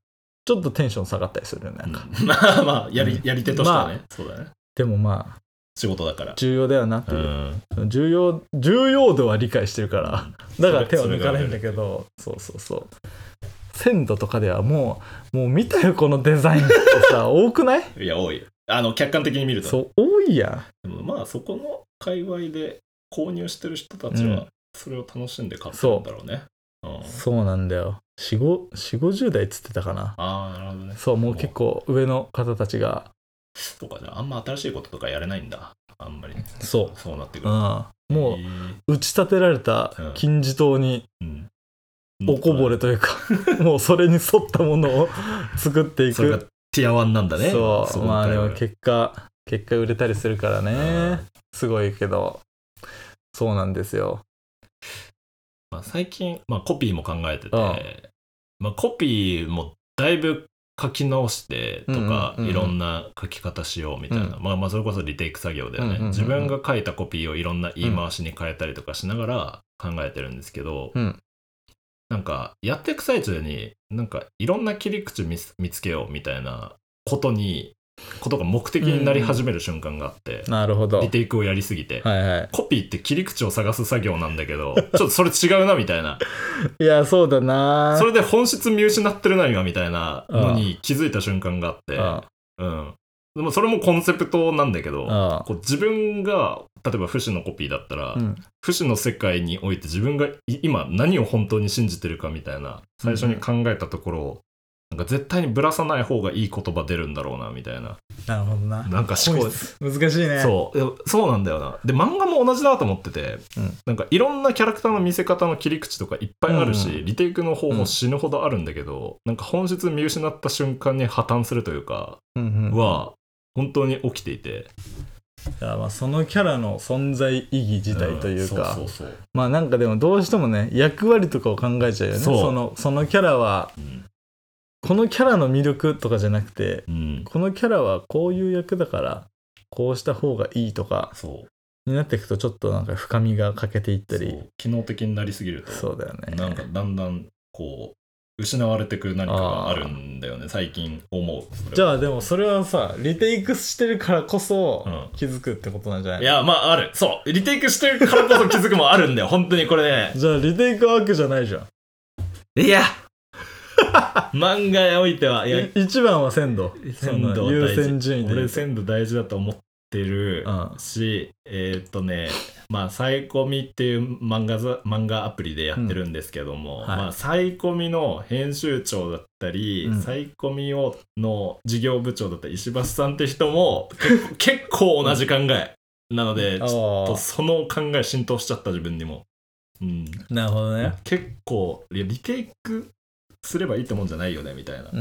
ちょっとテンション下がったりするよねなんか、 うん、まあまあやり、うん、やり手としてはね、まあ、そうだね。 でもまあ仕事だから重要だよなっていう、うん、重要重要度は理解してるから、うん、だから手を抜かないんだけど、そうそうそう鮮度とかではもうもう見たよこのデザインってさ多くない？ いや多い。あの客観的に見るとそう多いやん。でもまあそこの界隈で購入してる人たちはそれを楽しんで買ってるんだろうね、 うんうん、そう、そうなんだよ。よんじゅう、ごじゅう代っつってたかな。 ああなるほどね。 そうもう結構上の方たちがとかじゃあんま新しいこととかやれないんだあんまり。 そうそうなってくる、 うん、もう打ち立てられた金字塔に、うんうん、おこぼれというかもうそれに沿ったものを作っていく。 それがティアワンなんだね。 そうまあでも結果結果売れたりするからねすごいけどそうなんですよ。 まあ、最近、まあ、コピーも考えてて、まあ、コピーもだいぶ書き直してとか、うんうんうんうん、いろんな書き方しようみたいな、うんまあ、まあそれこそリテイク作業だよね、うんうんうんうん、自分が書いたコピーをいろんな言い回しに変えたりとかしながら考えてるんですけど、うん、なんかやっていく最中になんかいろんな切り口 見, 見つけようみたいなことにことが目的になり始める瞬間があって、 うん、なるほど。 リテイクをやりすぎて、 はいはい、 コピーって切り口を探す作業なんだけどちょっとそれ違うなみたいな。 いやそうだな。 それで本質見失ってるな今みたいなのに気づいた瞬間があって、ああ、うん、でもそれもコンセプトなんだけど、ああこう自分が例えば不死のコピーだったら、うん、不死の世界において自分が今何を本当に信じてるかみたいな最初に考えたところを、うんなんか絶対にぶらさない方がいい言葉出るんだろうなみたいな。 なるほどな。 なんか思考難しいね。 そうそうなんだよな。で漫画も同じだと思ってて、うん、なんかいろんなキャラクターの見せ方の切り口とかいっぱいあるし、うんうん、リテイクの方法死ぬほどあるんだけど、うん、なんか本質見失った瞬間に破綻するというか、うんうん、は本当に起きていて。 いやまあそのキャラの存在意義自体というか、うん、そうそうそうまあなんかでもどうしてもね役割とかを考えちゃうよね。そのそのキャラは、うんこのキャラの魅力とかじゃなくて、うん、このキャラはこういう役だからこうした方がいいとかになっていくとちょっとなんか深みが欠けていったり機能的になりすぎるとそうだよね。 なんかだんだんこう失われてく何かがあるんだよね最近思う。 じゃあでもそれはさリテイクしてるからこそ気づくってことなんじゃないの、 うん、いやまああるそうリテイクしてるからこそ気づくもあるんだよ本当にこれね。 じゃあリテイクワークじゃないじゃん。 いや漫画においてはいや一番は鮮度鮮度優先順位で俺鮮度大事だと思ってるし、うん、えー、っとねまあサイコミっていう漫画漫画アプリでやってるんですけども、うんはい、まあサイコミの編集長だったり、うん、サイコミをの事業部長だったり石橋さんって人も結構同じ考えなのでちょっとその考え浸透しちゃった自分にも、 うん、なるほどね。 結構リテイクすればいいってもんじゃないよねみたいな、うん、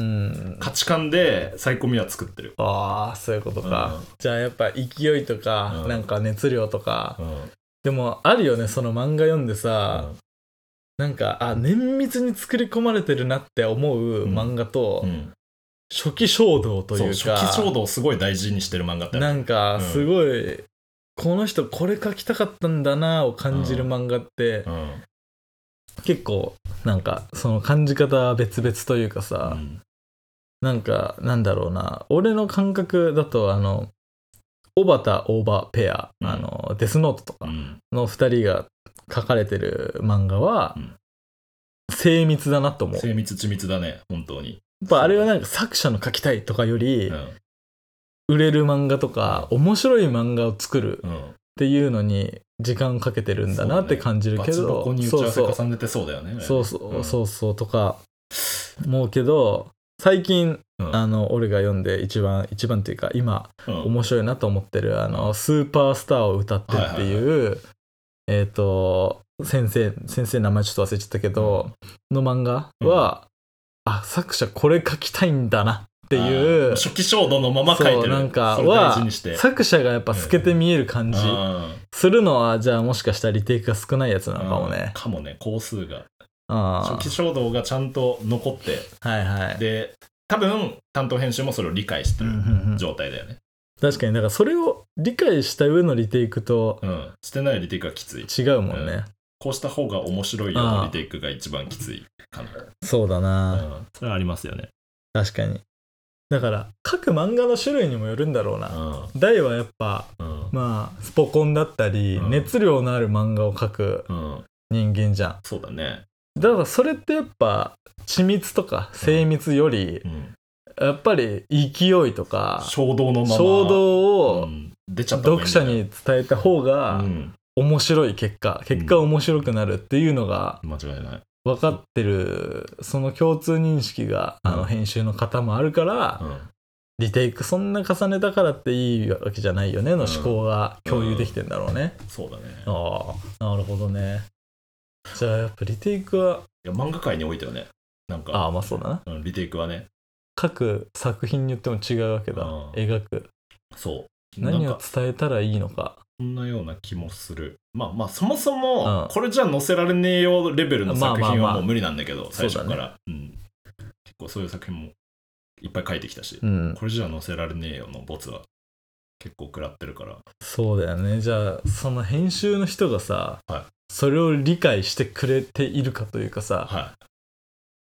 価値観でサイコミは作ってる。 ああそういうことか、うん、じゃあやっぱ勢いとか、うん、なんか熱量とか、うん、でもあるよねその漫画読んでさ、うん、なんかあ綿密に作り込まれてるなって思う漫画と、うんうん、初期衝動というかそう初期衝動をすごい大事にしてる漫画ってなんかすごい、うん、この人これ描きたかったんだなを感じる漫画って、うんうん結構なんかその感じ方は別々というかさ、うん、なんかなんだろうな俺の感覚だとあの小畑大場ペア、うん、あのデスノートとかのふたりが書かれてる漫画は、うん、精密だなと思う。 精密緻密だね本当に。 やっぱあれはなんか作者の書きたいとかより、うん、売れる漫画とか、うん、面白い漫画を作るっていうのに時間かけてるんだなって感じるけど、 そうね、バチボコに打ち合わせ重ねてそうだよね。 そうそう、うん、そうそうとか思うけど最近、うん、あの俺が読んで一番一番っていうか今、うん、面白いなと思ってるあの、うん、スーパースターを歌ってっていう、はいはいはい、えっ、ー、と先生先生名前ちょっと忘れちゃったけど、うん、の漫画は、うん、あ作者これ書きたいんだなっていう初期衝動のまま書いてる。 そうなんかは作者がやっぱ透けて見える感じするのはじゃあもしかしたらリテイクが少ないやつなのかもね。 かもね工数が初期衝動がちゃんと残って、 はいはい、 で多分担当編集もそれを理解してる状態だよね、うんうんうん、確かにだからそれを理解した上のリテイクと、 うん、してないリテイクはきつい。 違うもんね、うん、 こうした方が面白いようなリテイクが一番きついかな。 そうだな、 うん、それはありますよね。 確かに。だから各漫画の種類にもよるんだろうな、うん、大はやっぱ、うん、まあスポコンだったり、うん、熱量のある漫画を描く人間じゃん、うん、 そうだね。 だからそれってやっぱ緻密とか精密より、うん、やっぱり勢いとか衝動のまま衝動を読者に伝えた方が面白い結果、結果面白くなるっていうのが間違いない分かってる、その共通認識が、うん、あの編集の方もあるから、うん、リテイクそんな重ねたからっていいわけじゃないよねの思考が共有できてんだろうね、 うんうん、そうだね。 ああ、なるほどね。じゃあやっぱリテイクは、 いや漫画界においてはね、なんかああまあそうだな、 うん、リテイクはね各作品によっても違うわけだ、うん、描くそう何を伝えたらいいのか、 そんなような気もする。まあまあそもそも、うん、これじゃ載せられねえよレベルの作品はもう無理なんだけど、まあまあまあ、最初から、ね、うん、結構そういう作品もいっぱい書いてきたし、うん、これじゃ載せられねえよのボツは結構食らってるから。 そうだよね。じゃあその編集の人がさ、はい、それを理解してくれているかというかさ、はい、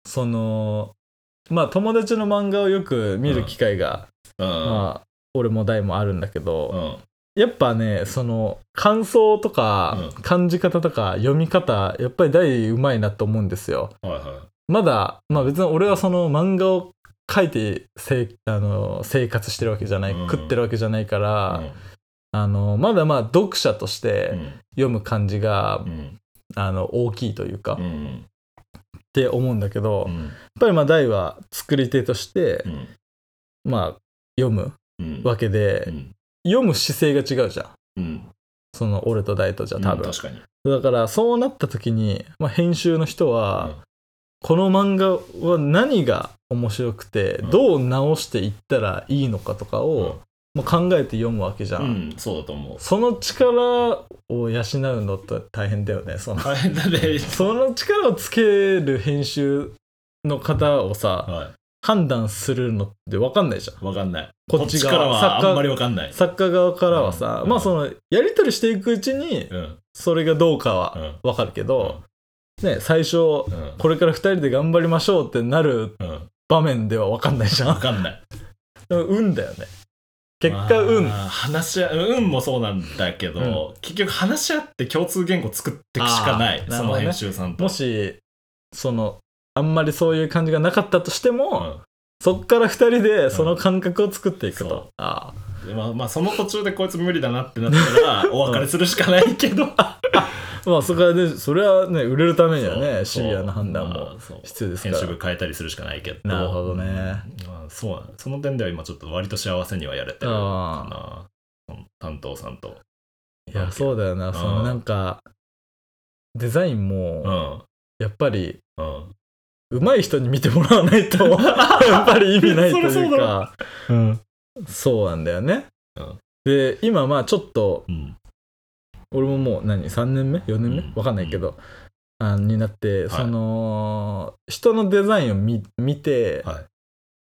そのまあ友達の漫画をよく見る機会が、うん、まあ俺も大もあるんだけど、うんやっぱね、その感想とか、うん、感じ方とか読み方やっぱり大うまいなと思うんですよ、はいはい、まだ、まあ、別に俺はその漫画を描いてせあの生活してるわけじゃない、うん、食ってるわけじゃないから、うん、あのまだまあ読者として読む感じが、うん、あの大きいというか、うん、って思うんだけど、うん、やっぱりまあ大は作り手として、うん、まあ読むわけで、うんうん読む姿勢が違うじゃん、うん、その俺と大とじゃ多分、うん、確かに。だからそうなった時に、まあ、編集の人は、うん、この漫画は何が面白くて、うん、どう直していったらいいのかとかを、うん、もう考えて読むわけじゃん、うん、 そうだと思う。 その力を養うのって大変だよね。その大変だねその力をつける編集の方をさ、はい判断するのって分かんないじゃん。 分かんない。こっちからはあんまり分かんない。 作家側からはさ、うん、まあそのやり取りしていくうちにそれがどうかは分かるけど、うん、ね最初、うん、これからふたりで頑張りましょうってなる場面では分かんないじゃん。 分かんない。 運だよね。結果運。 まあ、話し合運もそうなんだけど、うん、結局話し合って共通言語作っていくしかない。その編集さんと。 もしそのあんまりそういう感じがなかったとしても、うん、そっからふたりでその感覚を作っていくと、うん、ああで、まあ、まあその途中でこいつ無理だなってなったらお別れするしかないけど、うん、まあそこはねそれはね売れるためにはねシビアな判断も必要ですから、 編集部変えたりするしかないけど。 なるほどね、うんまあ、そうなの。その点では今ちょっと割と幸せにはやれてるかな担当さんと。 いやそうだよな、うん、そのなんかデザインもやっぱり、うん上手い人に見てもらわないとやっぱり意味ないというかうん、そうなんだよね、うん、で今まあちょっと、うん、俺ももう何さんねんめよねんめ、うん、分かんないけど、うん、あになって、はい、その人のデザインを 見, 見て、はい、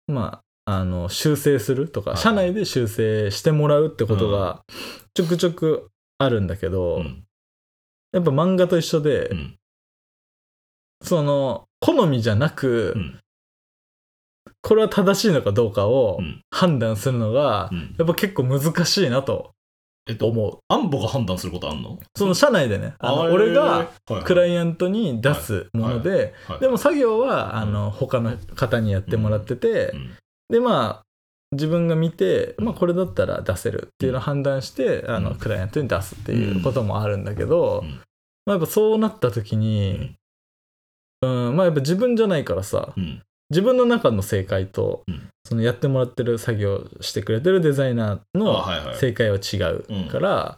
まああの修正するとか、はい、社内で修正してもらうってことがちょくちょくあるんだけど、うん、やっぱ漫画と一緒で、うん、その好みじゃなく、うん、これは正しいのかどうかを判断するのが、うん、やっぱ結構難しいなと思う。 えっと、アンボが判断することあんの？ その社内でね、あの俺がクライアントに出すもので、はいはいはい、でも作業はあの他の方にやってもらってて、うん、でまあ自分が見て、まあ、これだったら出せるっていうのを判断して、うん、あのクライアントに出すっていうこともあるんだけど、うんまあ、やっぱそうなった時に、うんうんまあやっぱ自分じゃないからさ、うん、自分の中の正解と、うん、そのやってもらってる作業してくれてるデザイナーの正解は違うから、はいはい、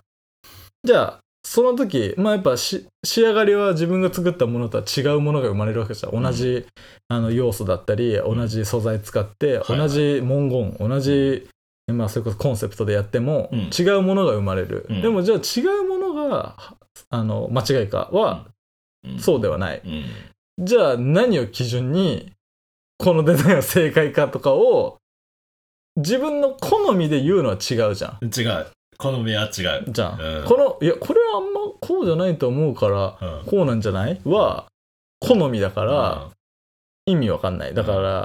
じゃあその時まあやっぱし仕上がりは自分が作ったものとは違うものが生まれるわけじゃん。同じ、うん、あの要素だったり同じ素材使って、うん、同じ文言、はいはい、同じ、まあ、それこそコンセプトでやっても、うん、違うものが生まれる、うん、でもじゃあ違うものがあの間違いかは、うん、そうではない、うんじゃあ何を基準にこのデザインは正解かとかを自分の好みで言うのは違うじゃん。 違う。好みは違う。 じゃん、うん、このいやこれはあんまこうじゃないと思うから、うん、こうなんじゃないは好みだから意味わかんない。だから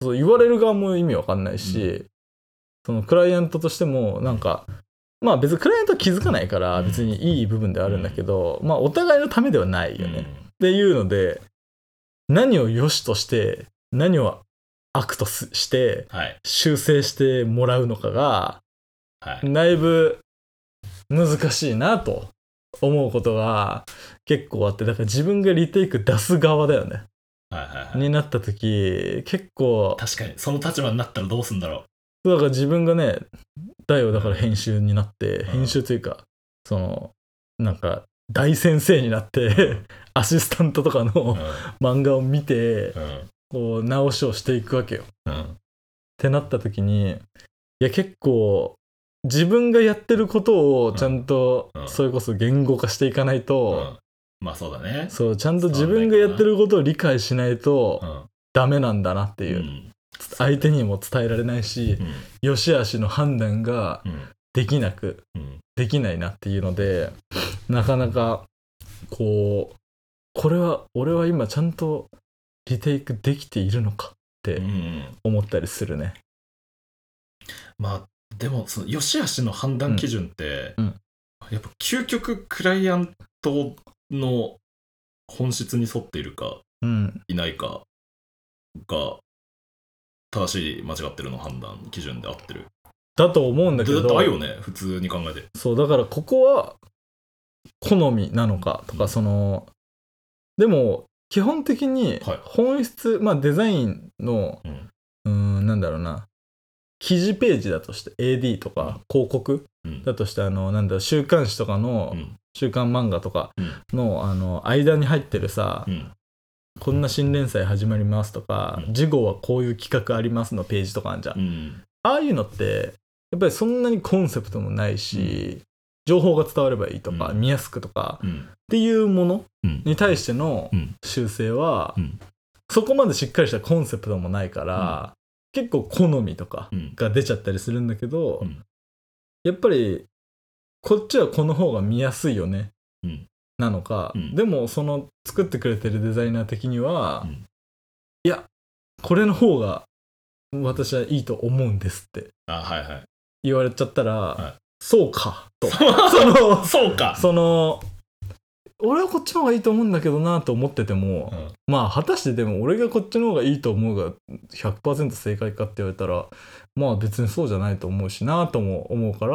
そう言われる側も意味わかんないし、うん、そのクライアントとしてもなんかまあ別にクライアントは気づかないから別にいい部分ではあるんだけど、うん、まあお互いのためではないよね、うん、っていうので何を良しとして何を悪として修正してもらうのかがだいぶ難しいなと思うことが結構あって、だから自分がリテイク出す側だよね、はいはいはい、になった時結構確かにその立場になったらどうすんだろう。だから自分がねだよだから編集になって、うん、編集というかそのなんか大先生になってアシスタントとかの漫画を見て、うん、こう直しをしていくわけよ、うん、ってなった時にいや結構自分がやってることをちゃんとそれこそ言語化していかないと、うんうん、 まあそうだね。 そうちゃんと自分がやってることを理解しないとダメなんだなっていう、うん、相手にも伝えられないし、うん、良し悪しの判断ができなく、うん、できないなっていうのでなかなかこうこれは俺は今ちゃんとリテイクできているのかって思ったりするね、 うん、まあでもその良し悪しの判断基準って、うんうん、やっぱ究極クライアントの本質に沿っているか、うん、いないかが正しい間違ってるの判断基準で合ってるだと思うんだけどだよね普通に考えて。 そうだからここは好みなのかとか、うん、そのでも基本的に本質、はい、まあデザインの、うん、うーんなんだろうな記事ページだとして エーディー とか広告だとして、あのなんだろう週刊誌とかの週刊漫画とかの、あの間に入ってるさ、こんな新連載始まりますとか、次号はこういう企画ありますのページとかあるじゃん、ああいうのってやっぱりそんなにコンセプトもないし、情報が伝わればいいとか、見やすくとかっていうものに対しての修正はそこまでしっかりしたコンセプトもないから、結構好みとかが出ちゃったりするんだけど、うん、やっぱりこっちはこの方が見やすいよね、うん、なのか、うん、でもその作ってくれてるデザイナー的には、うん、いやこれの方が私はいいと思うんですって言われちゃったら、はいはい、そうかとそのそうかその俺はこっちの方がいいと思うんだけどなと思ってても、うん、まあ果たしてでも俺がこっちの方がいいと思うが ひゃくパーセント 正解かって言われたらまあ別にそうじゃないと思うしなとも思うから、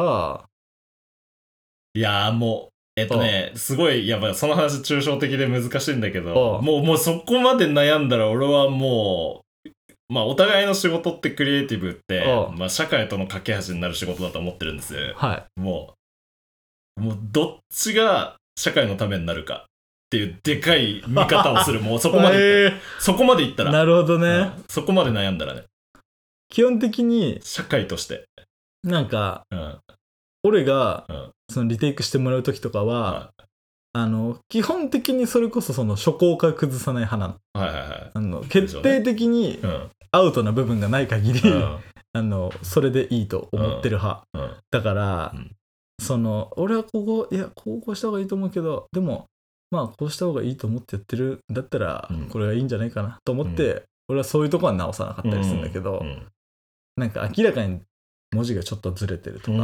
いやーもうえっとねすごいやばいその話抽象的で難しいんだけど、もうもうそこまで悩んだら俺はもうまあお互いの仕事ってクリエイティブってまあ社会との架け橋になる仕事だと思ってるんです、はい、もうもうどっちが社会のためになるかっていうでかい見方をするもうそこまでいったら、えー、そこまでいったらなるほどね、うん、 そこまで悩んだらね基本的に社会としてなんか、うん、俺が、うん、そのリテイクしてもらう時とかは、うん、あの基本的にそれこそその初稿から崩さない派なの、はいはいはい、あの決定的にアウトな部分がない限り、うん、あのそれでいいと思ってる派、うんうん、だから、うんその俺はここいやこうこうした方がいいと思うけどでもまあこうした方がいいと思ってやってるんだったらこれがいいんじゃないかなと思って、うん、俺はそういうとこは直さなかったりするんだけど、うんうん、なんか明らかに文字がちょっとずれてるとか、うん、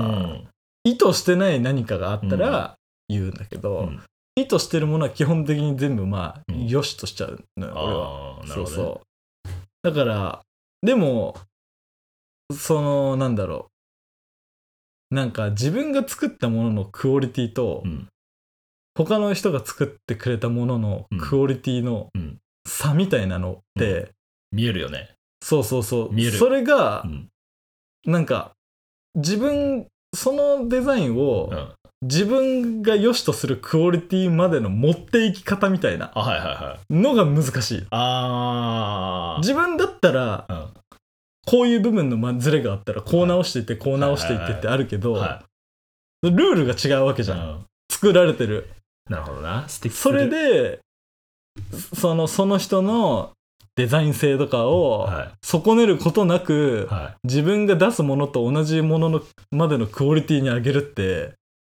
意図してない何かがあったら言うんだけど、うん、意図してるものは基本的に全部まあ良しとしちゃうのよ、うん、俺は。そうそうだからでもそのなんだろうなんか自分が作ったもののクオリティと、うん、他の人が作ってくれたもののクオリティの差みたいなのって、うんうん、 見えるよね。 そうそうそう見える。それが、うん、なんか自分そのデザインを、うん、自分が良しとするクオリティまでの持っていき方みたいなのが難しい。あ、自分だったら、うんこういう部分のズレがあったらこう直していってこう直していってってあるけど、ルールが違うわけじゃん、うん、作られてる。 なるほどな。 それでそのその人のデザイン性とかを損ねることなく、はい、自分が出すものと同じもののまでのクオリティに上げるって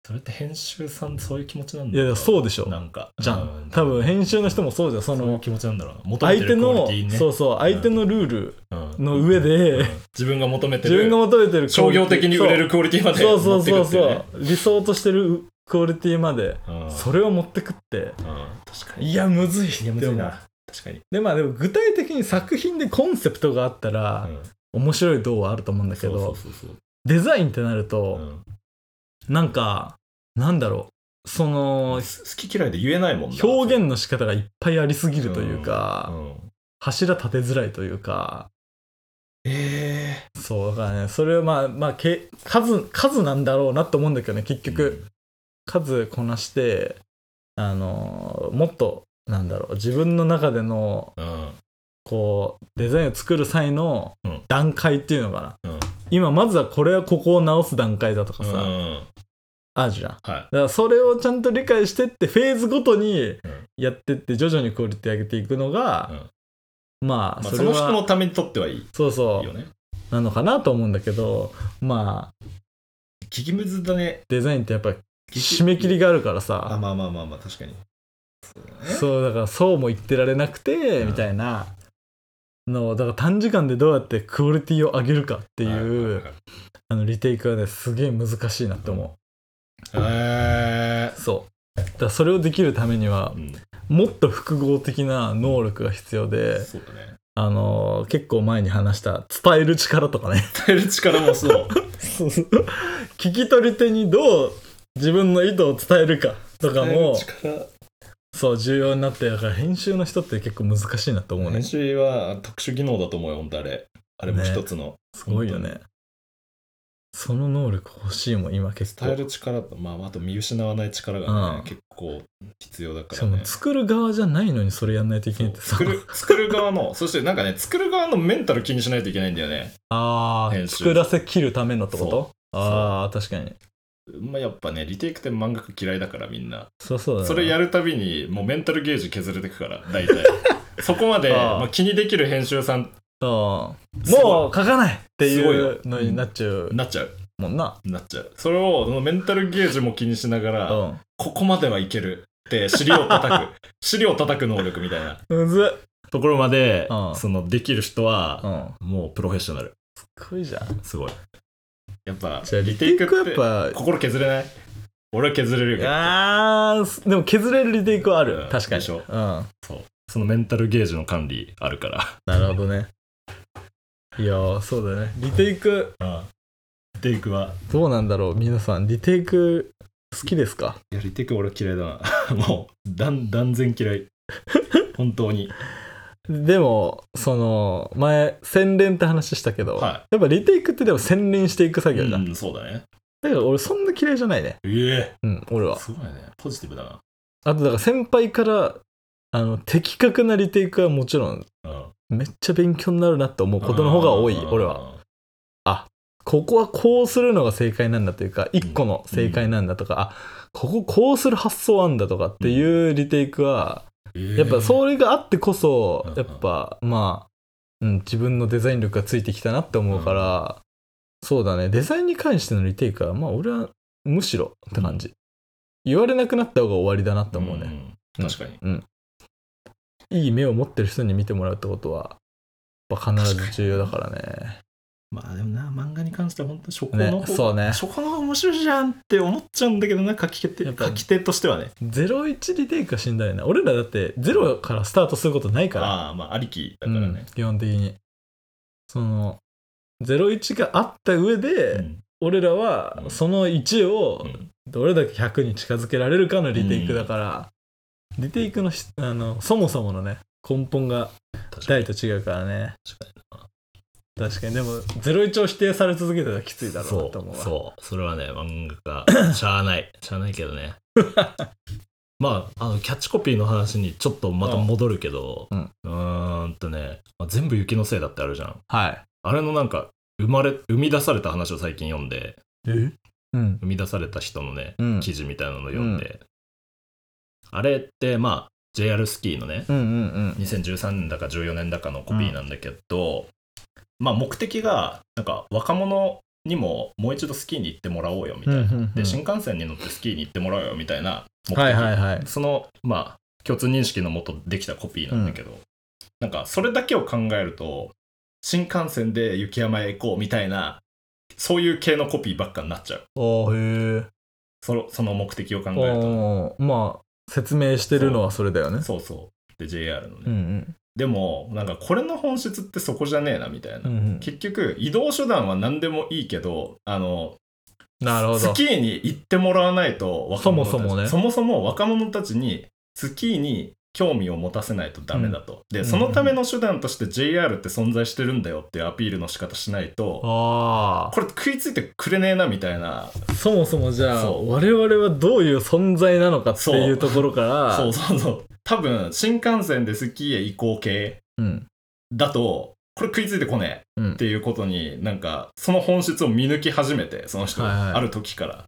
それって編集さんそういう気持ちなんだろう。いやそうでしょ。 なんかじゃん。多分編集の人もそうじゃん。そのそういう気持ちなんだろうな。求めてるクオリティね。 相手のそうそう相手のルールの上で、うんうん、 自分が求めてる自分が求めてる商業的に売れるクオリティまで持ってくって、ね、そうそうそうそう理想としてるクオリティまで、うん、それを持ってくって、うん、 確かにいやむずい。 いやむずいな。確かに。 でまあでも具体的に作品でコンセプトがあったら、うん、面白い動はあると思うんだけど、そうそうそうそう、デザインってなると、うん、なんかなんだろう、その好き嫌いで言えないもんな。 表現の仕方がいっぱいありすぎるというか、 うんうん、 柱立てづらいというか、 えー、 そうだからね、それはまあまあけ数数なんだろうなと思うんだけどね、結局、うん、数こなしてあのもっとなんだろう、自分の中での、うん、こうデザインを作る際の段階っていうのかな、うん、今まずはこれはここを直す段階だとかさ、うん、あるじゃん、はい、だからそれをちゃんと理解してってフェーズごとにやってって徐々にクオリティ上げていくのが、うん、まあそれは、 まあ、その人のためにとってはいい、 そうそう、いいよね、なのかなと思うんだけど、まあ聞きむずだね。 デザインってやっぱ締め切りがあるからさ、 あ、まあまあまあまあ確かにそうだね、そうだからそうも言ってられなくて、うん、みたいなのだから短時間でどうやってクオリティを上げるかっていう、はいはいはい、あのリテイクはねすげえ難しいなって思う。 へ、えー、 そうだからそれをできるためには、うん、もっと複合的な能力が必要で、 そうだね、 あのー、結構前に話した伝える力とかね、 伝える力もそうそうそう、聞き取り手にどう自分の意図を伝えるかとかもそう重要になって、だから編集の人って結構難しいなと思うね。 編集は特殊技能だと思うよ、本当あれ。あれも一つの、ね、 すごいよね。その能力欲しいもん今結構。 伝える力と、まあ、あと見失わない力がね、うん、結構必要だからね。 作る側じゃないのにそれやんないといけないってさ。 作る作る側のそしてなんかね作る側のメンタル気にしないといけないんだよね。 ああ、作らせきるためのってこと？ああ、確かに。 まあ、やっぱねリテイクって漫画家嫌いだからみんな。 そうそうだね。 それやるたびにもうメンタルゲージ削れてくから大体そこまでまあ気にできる編集さんもう書かないっていうのになっちゃう、 なっちゃうもんな。 なっちゃう。それをメンタルゲージも気にしながら、うん、ここまではいけるって尻を叩く尻を叩く能力みたいなむずっところまで、うん、そのできる人は、うん、もうプロフェッショナル。 すごいじゃん。 すごい。やっぱリテイクってやっぱ心削れない？俺は削れるよ。 あーでも削れるリテイクはある、うん、確かに。 でしょ、うん、そうそのメンタルゲージの管理あるから。 なるほどね。いやーそうだね、リテイク、 うん、リテイクはどうなんだろう。皆さんリテイク好きですか？ いやリテイク俺は嫌いだなもう断断然嫌い本当に。 でもその前洗練って話したけど、はい、やっぱリテイクってでも洗練していく作業じゃん、 うん、そうだね。 だから俺そんな嫌いじゃないね。 ええー、 うん俺はすごいね、ポジティブだな。 あとだから先輩からあの的確なリテイクはもちろん、うん、めっちゃ勉強になるなって思うことの方が多い。俺はあここはこうするのが正解なんだというか一個の正解なんだとか、うん、あこここうする発想あんだとかっていうリテイクは、うん、やっぱそれがあってこそやっぱまあ、うん、自分のデザイン力がついてきたなって思うから、うん、そうだねデザインに関してのリテイクはまあ俺はむしろって感じ、うん、言われなくなった方が終わりだなって思うね、 うん、確かに、 うん、いい目を持ってる人に見てもらうってことはやっぱ必ず重要だからね。 まあでもな漫画に関しては本当に初稿の方、 ね、そうね、 初稿の方が面白いじゃんって思っちゃうんだけどな、書き手書き手としてはね。 ゼロイチリテイクはしんどいね。俺らだってゼロからスタートすることないから。 ああまあありきだからね、うん、 基本的にそのゼロイチがあった上で、うん、俺らはそのいちをどれだけひゃくに近づけられるかのリテイクだから、うん、リテイク の, あのそもそものね根本が大と違うからね。 確かに確かに。でもゼロイチを否定され続けたらきついだろうなと思うわ。 そうそうそれはね漫画家しゃあないしゃあないけどねまああのキャッチコピーの話にちょっとまた戻るけど、うん、うーんとね、まあ、全部雪のせいだってあるじゃん。 はい。 あれのなんか生まれ生み出された話を最近読んで、 え、うん、 生み出された人のね、うん、記事みたいなのを読んで、うん、あれってまあ ジェイアール スキーのね、 うんうんうん、 にせんじゅうさんねんだかじゅうよねんだかのコピーなんだけど、うん、まあ目的がなんか若者にももう一度スキーに行ってもらおうよみたいな、うんうんうん、で新幹線に乗ってスキーに行ってもらおうよみたいな目的、 はいはいはい、 そのまあ共通認識のもとできたコピーなんだけど、うん、なんかそれだけを考えると新幹線で雪山へ行こうみたいなそういう系のコピーばっかになっちゃう。 あへえ。 その、その目的を考えると、 まあ説明してるのはそれだよね。 そうそうそうで ジェイアール のね、 うんうん、 でもなんかこれの本質ってそこじゃねえなみたいな、うんうん、結局移動手段は何でもいいけどあのなるほどスキーに行ってもらわないと若者たちそもそもねそもそも若者たちにスキーに興味を持たせないとダメだと、うん、でそのための手段として ジェイアール って存在してるんだよっていうアピールの仕方しないと、あこれ食いついてくれねえなみたいな。 そもそもじゃあ我々はどういう存在なのかっていうところからそうそうそう多分新幹線でスキーへ行こう系だと、これ食いついてこねえっていうことになんかその本質を見抜き始めてその人がある時から、はいはい、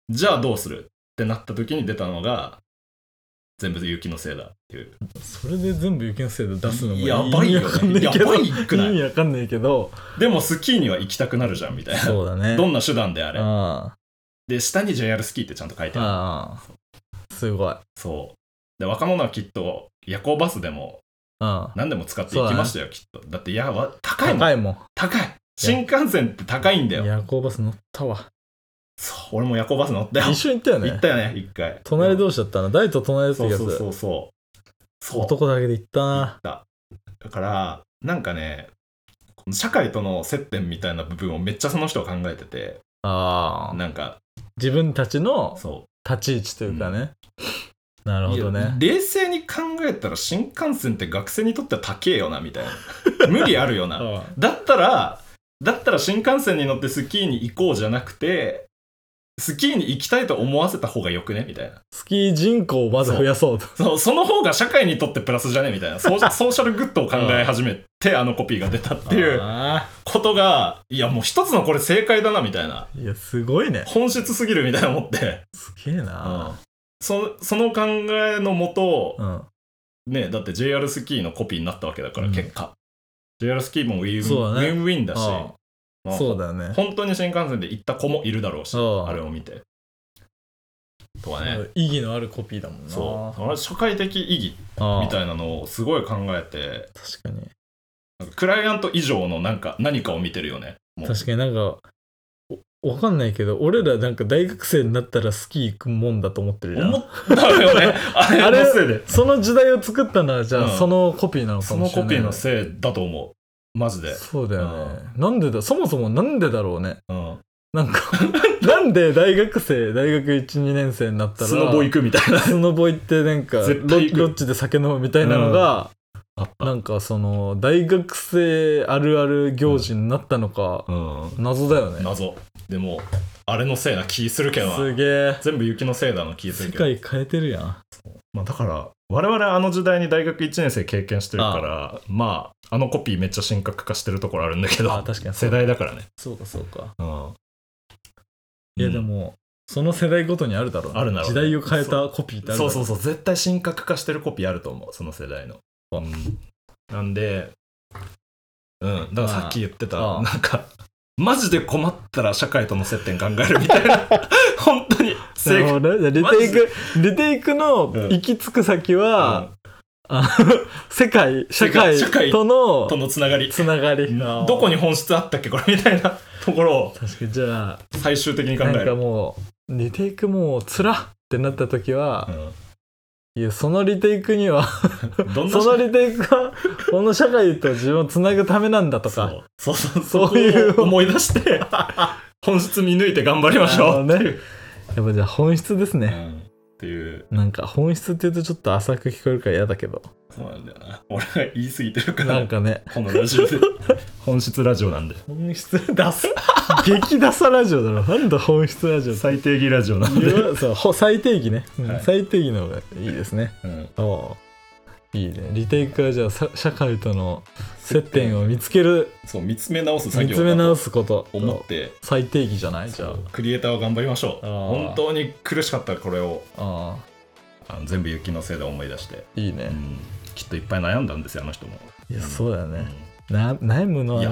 じゃあどうするってなった時に出たのが全部雪のせいだっていう。それで全部雪のせいで出すのもやばいよね。やばいくない？ 意味わかんないけど。 でもスキーには行きたくなるじゃんみたいな。 そうだね。 どんな手段であれ。あで下に ジェイアール スキーってちゃんと書いてある。 あすごい。 そう。で若者はきっと夜行バスでも何でも使って行きましたよ、ね、きっと。だっていや高いもん。 高いもん。 高い。新幹線って高いんだよ。 夜行バス乗ったわ。 そう俺も夜行バス乗ったよ。 一緒に行ったよね。 行ったよね一回。 隣同士だったな。大と隣だったやつ。 そうそうそうそう。 男だけで行ったな。 行った。だからなんかね社会との接点みたいな部分をめっちゃその人は考えてて、 あなんか自分たちの立ち位置というかね、うん、なるほどね。 冷静に考えたら新幹線って学生にとっては高えよなみたいな無理あるよなああだったらだったら新幹線に乗ってスキーに行こうじゃなくてスキーに行きたいと思わせた方がよくねみたいな。 スキー人口をまず増やそうと。 そう、その方が社会にとってプラスじゃねみたいな。ソー、ソーシャルグッドを考え始めてあのコピーが出たっていうことが、いやもう一つのこれ正解だなみたいな。 いやすごいね。 本質すぎるみたいな思って。 すげえな、 うん、そ。その考えのもと、うん、ねだって ジェイアール スキーのコピーになったわけだから、うん、結果。ジェイアール スキーもウィン、ね、ウィンウィンだし。 ああそうだよね。 本当に新幹線で行った子もいるだろうし、あれを見て。とかね、 意義のあるコピーだもんな。 そう社会的意義みたいなのをすごい考えて、 確かになんかクライアント以上のなんか何かを見てるよね。 もう確かになんかわかんないけど俺らなんか大学生になったらスキー行くもんだと思ってるじゃん。 思ったよねあれのせいでその時代を作ったのはじゃあ、うん、そのコピーなのかもしれない。 そのコピーのせいだと思うマジで。 そうだよね、うん、なんでだそもそもなんでだろうね、うん、なんかなんで大学生大学 いち,に 年生になったらスノボ行くみたいなスノボ行ってなんかロ, ロッジで酒飲むみたいなのが、うん、なんかその大学生あるある行事になったのか、うんうん、謎だよね。 謎でもあれのせいな気するけどな。 すげえ全部雪のせいだの気するけど世界変えてるやん。 まあ、だから我々あの時代に大学いちねん生経験してるからあまああのコピーめっちゃ神格化してるところあるんだけどあ確かに世代だからね。 そうかそうか、うん、いやでも、うん、その世代ごとにあるだろうね。 あるなろう、ね、 時代を変えたコピーってあるだろう。 そうそうそう絶対神格化してるコピーあると思うその世代の、うん、なんでうんだからさっき言ってたなんかマジで困ったら社会との接点考えるみたいな本当に正解。リテイクリテイクの行き着く先は、うんうんあ世界社会とのとのつながりつながりどこに本質あったっけこれみたいなところを確かにじゃあ最終的に考える。 なんかもうリテイクもうつらってなった時は、うん、いやそのリテイクにはどんなそのリテイクはこの社会と自分をつなぐためなんだとかそうそうそうそういう思い出して本質見抜いて頑張りましょうね。 やっぱじゃあ本質ですね、 うんっていうなんか本質って言うとちょっと浅く聞こえるから嫌だけどそうなんだよな俺が言い過ぎてるからなんかねこのラジオで本質ラジオなんで本質出す激ダサラジオだろなんだ本質ラジオ最低義ラジオなんでそう最低義ね、うんはい、最低義の方がいいですね、 うん、 おいいね。リテイクはじゃあ社会との接点を見つけるそう見つめ直す作業見つめ直すこと思って最低義じゃないじゃあクリエイターは頑張りましょう。本当に苦しかったらこれをああの全部雪のせいで思い出していいね、 うん、きっといっぱい悩んだんですよあの人も。 いやそうだよね、うん、な悩むのはね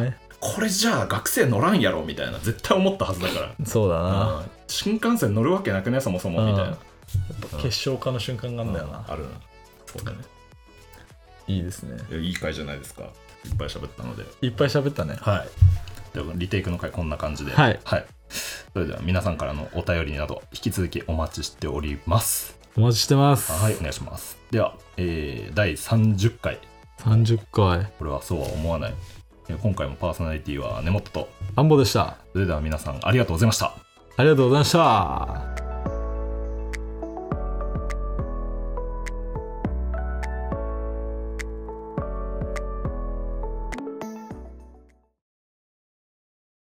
これじゃあ学生乗らんやろみたいな絶対思ったはずだから。 そうだな、 新幹線乗るわけなくねそもそもみたいな。やっぱ結晶化の瞬間があるんだよな。 あるな。そうだね。 いいですね。 いい回じゃないですか。いっぱい喋ったので。 いっぱい喋ったね。 はい。ではリテイクの回こんな感じで、 はい、 はい、それでは皆さんからのお便りなど引き続きお待ちしております。 お待ちしてます。 はい、お願いします。では、えー、だいさんじゅっかい。 さんじゅっかい。 これはそうは思わない。今回もパーソナリティは根本とアンボでした。 それでは皆さんありがとうございました。 ありがとうございました。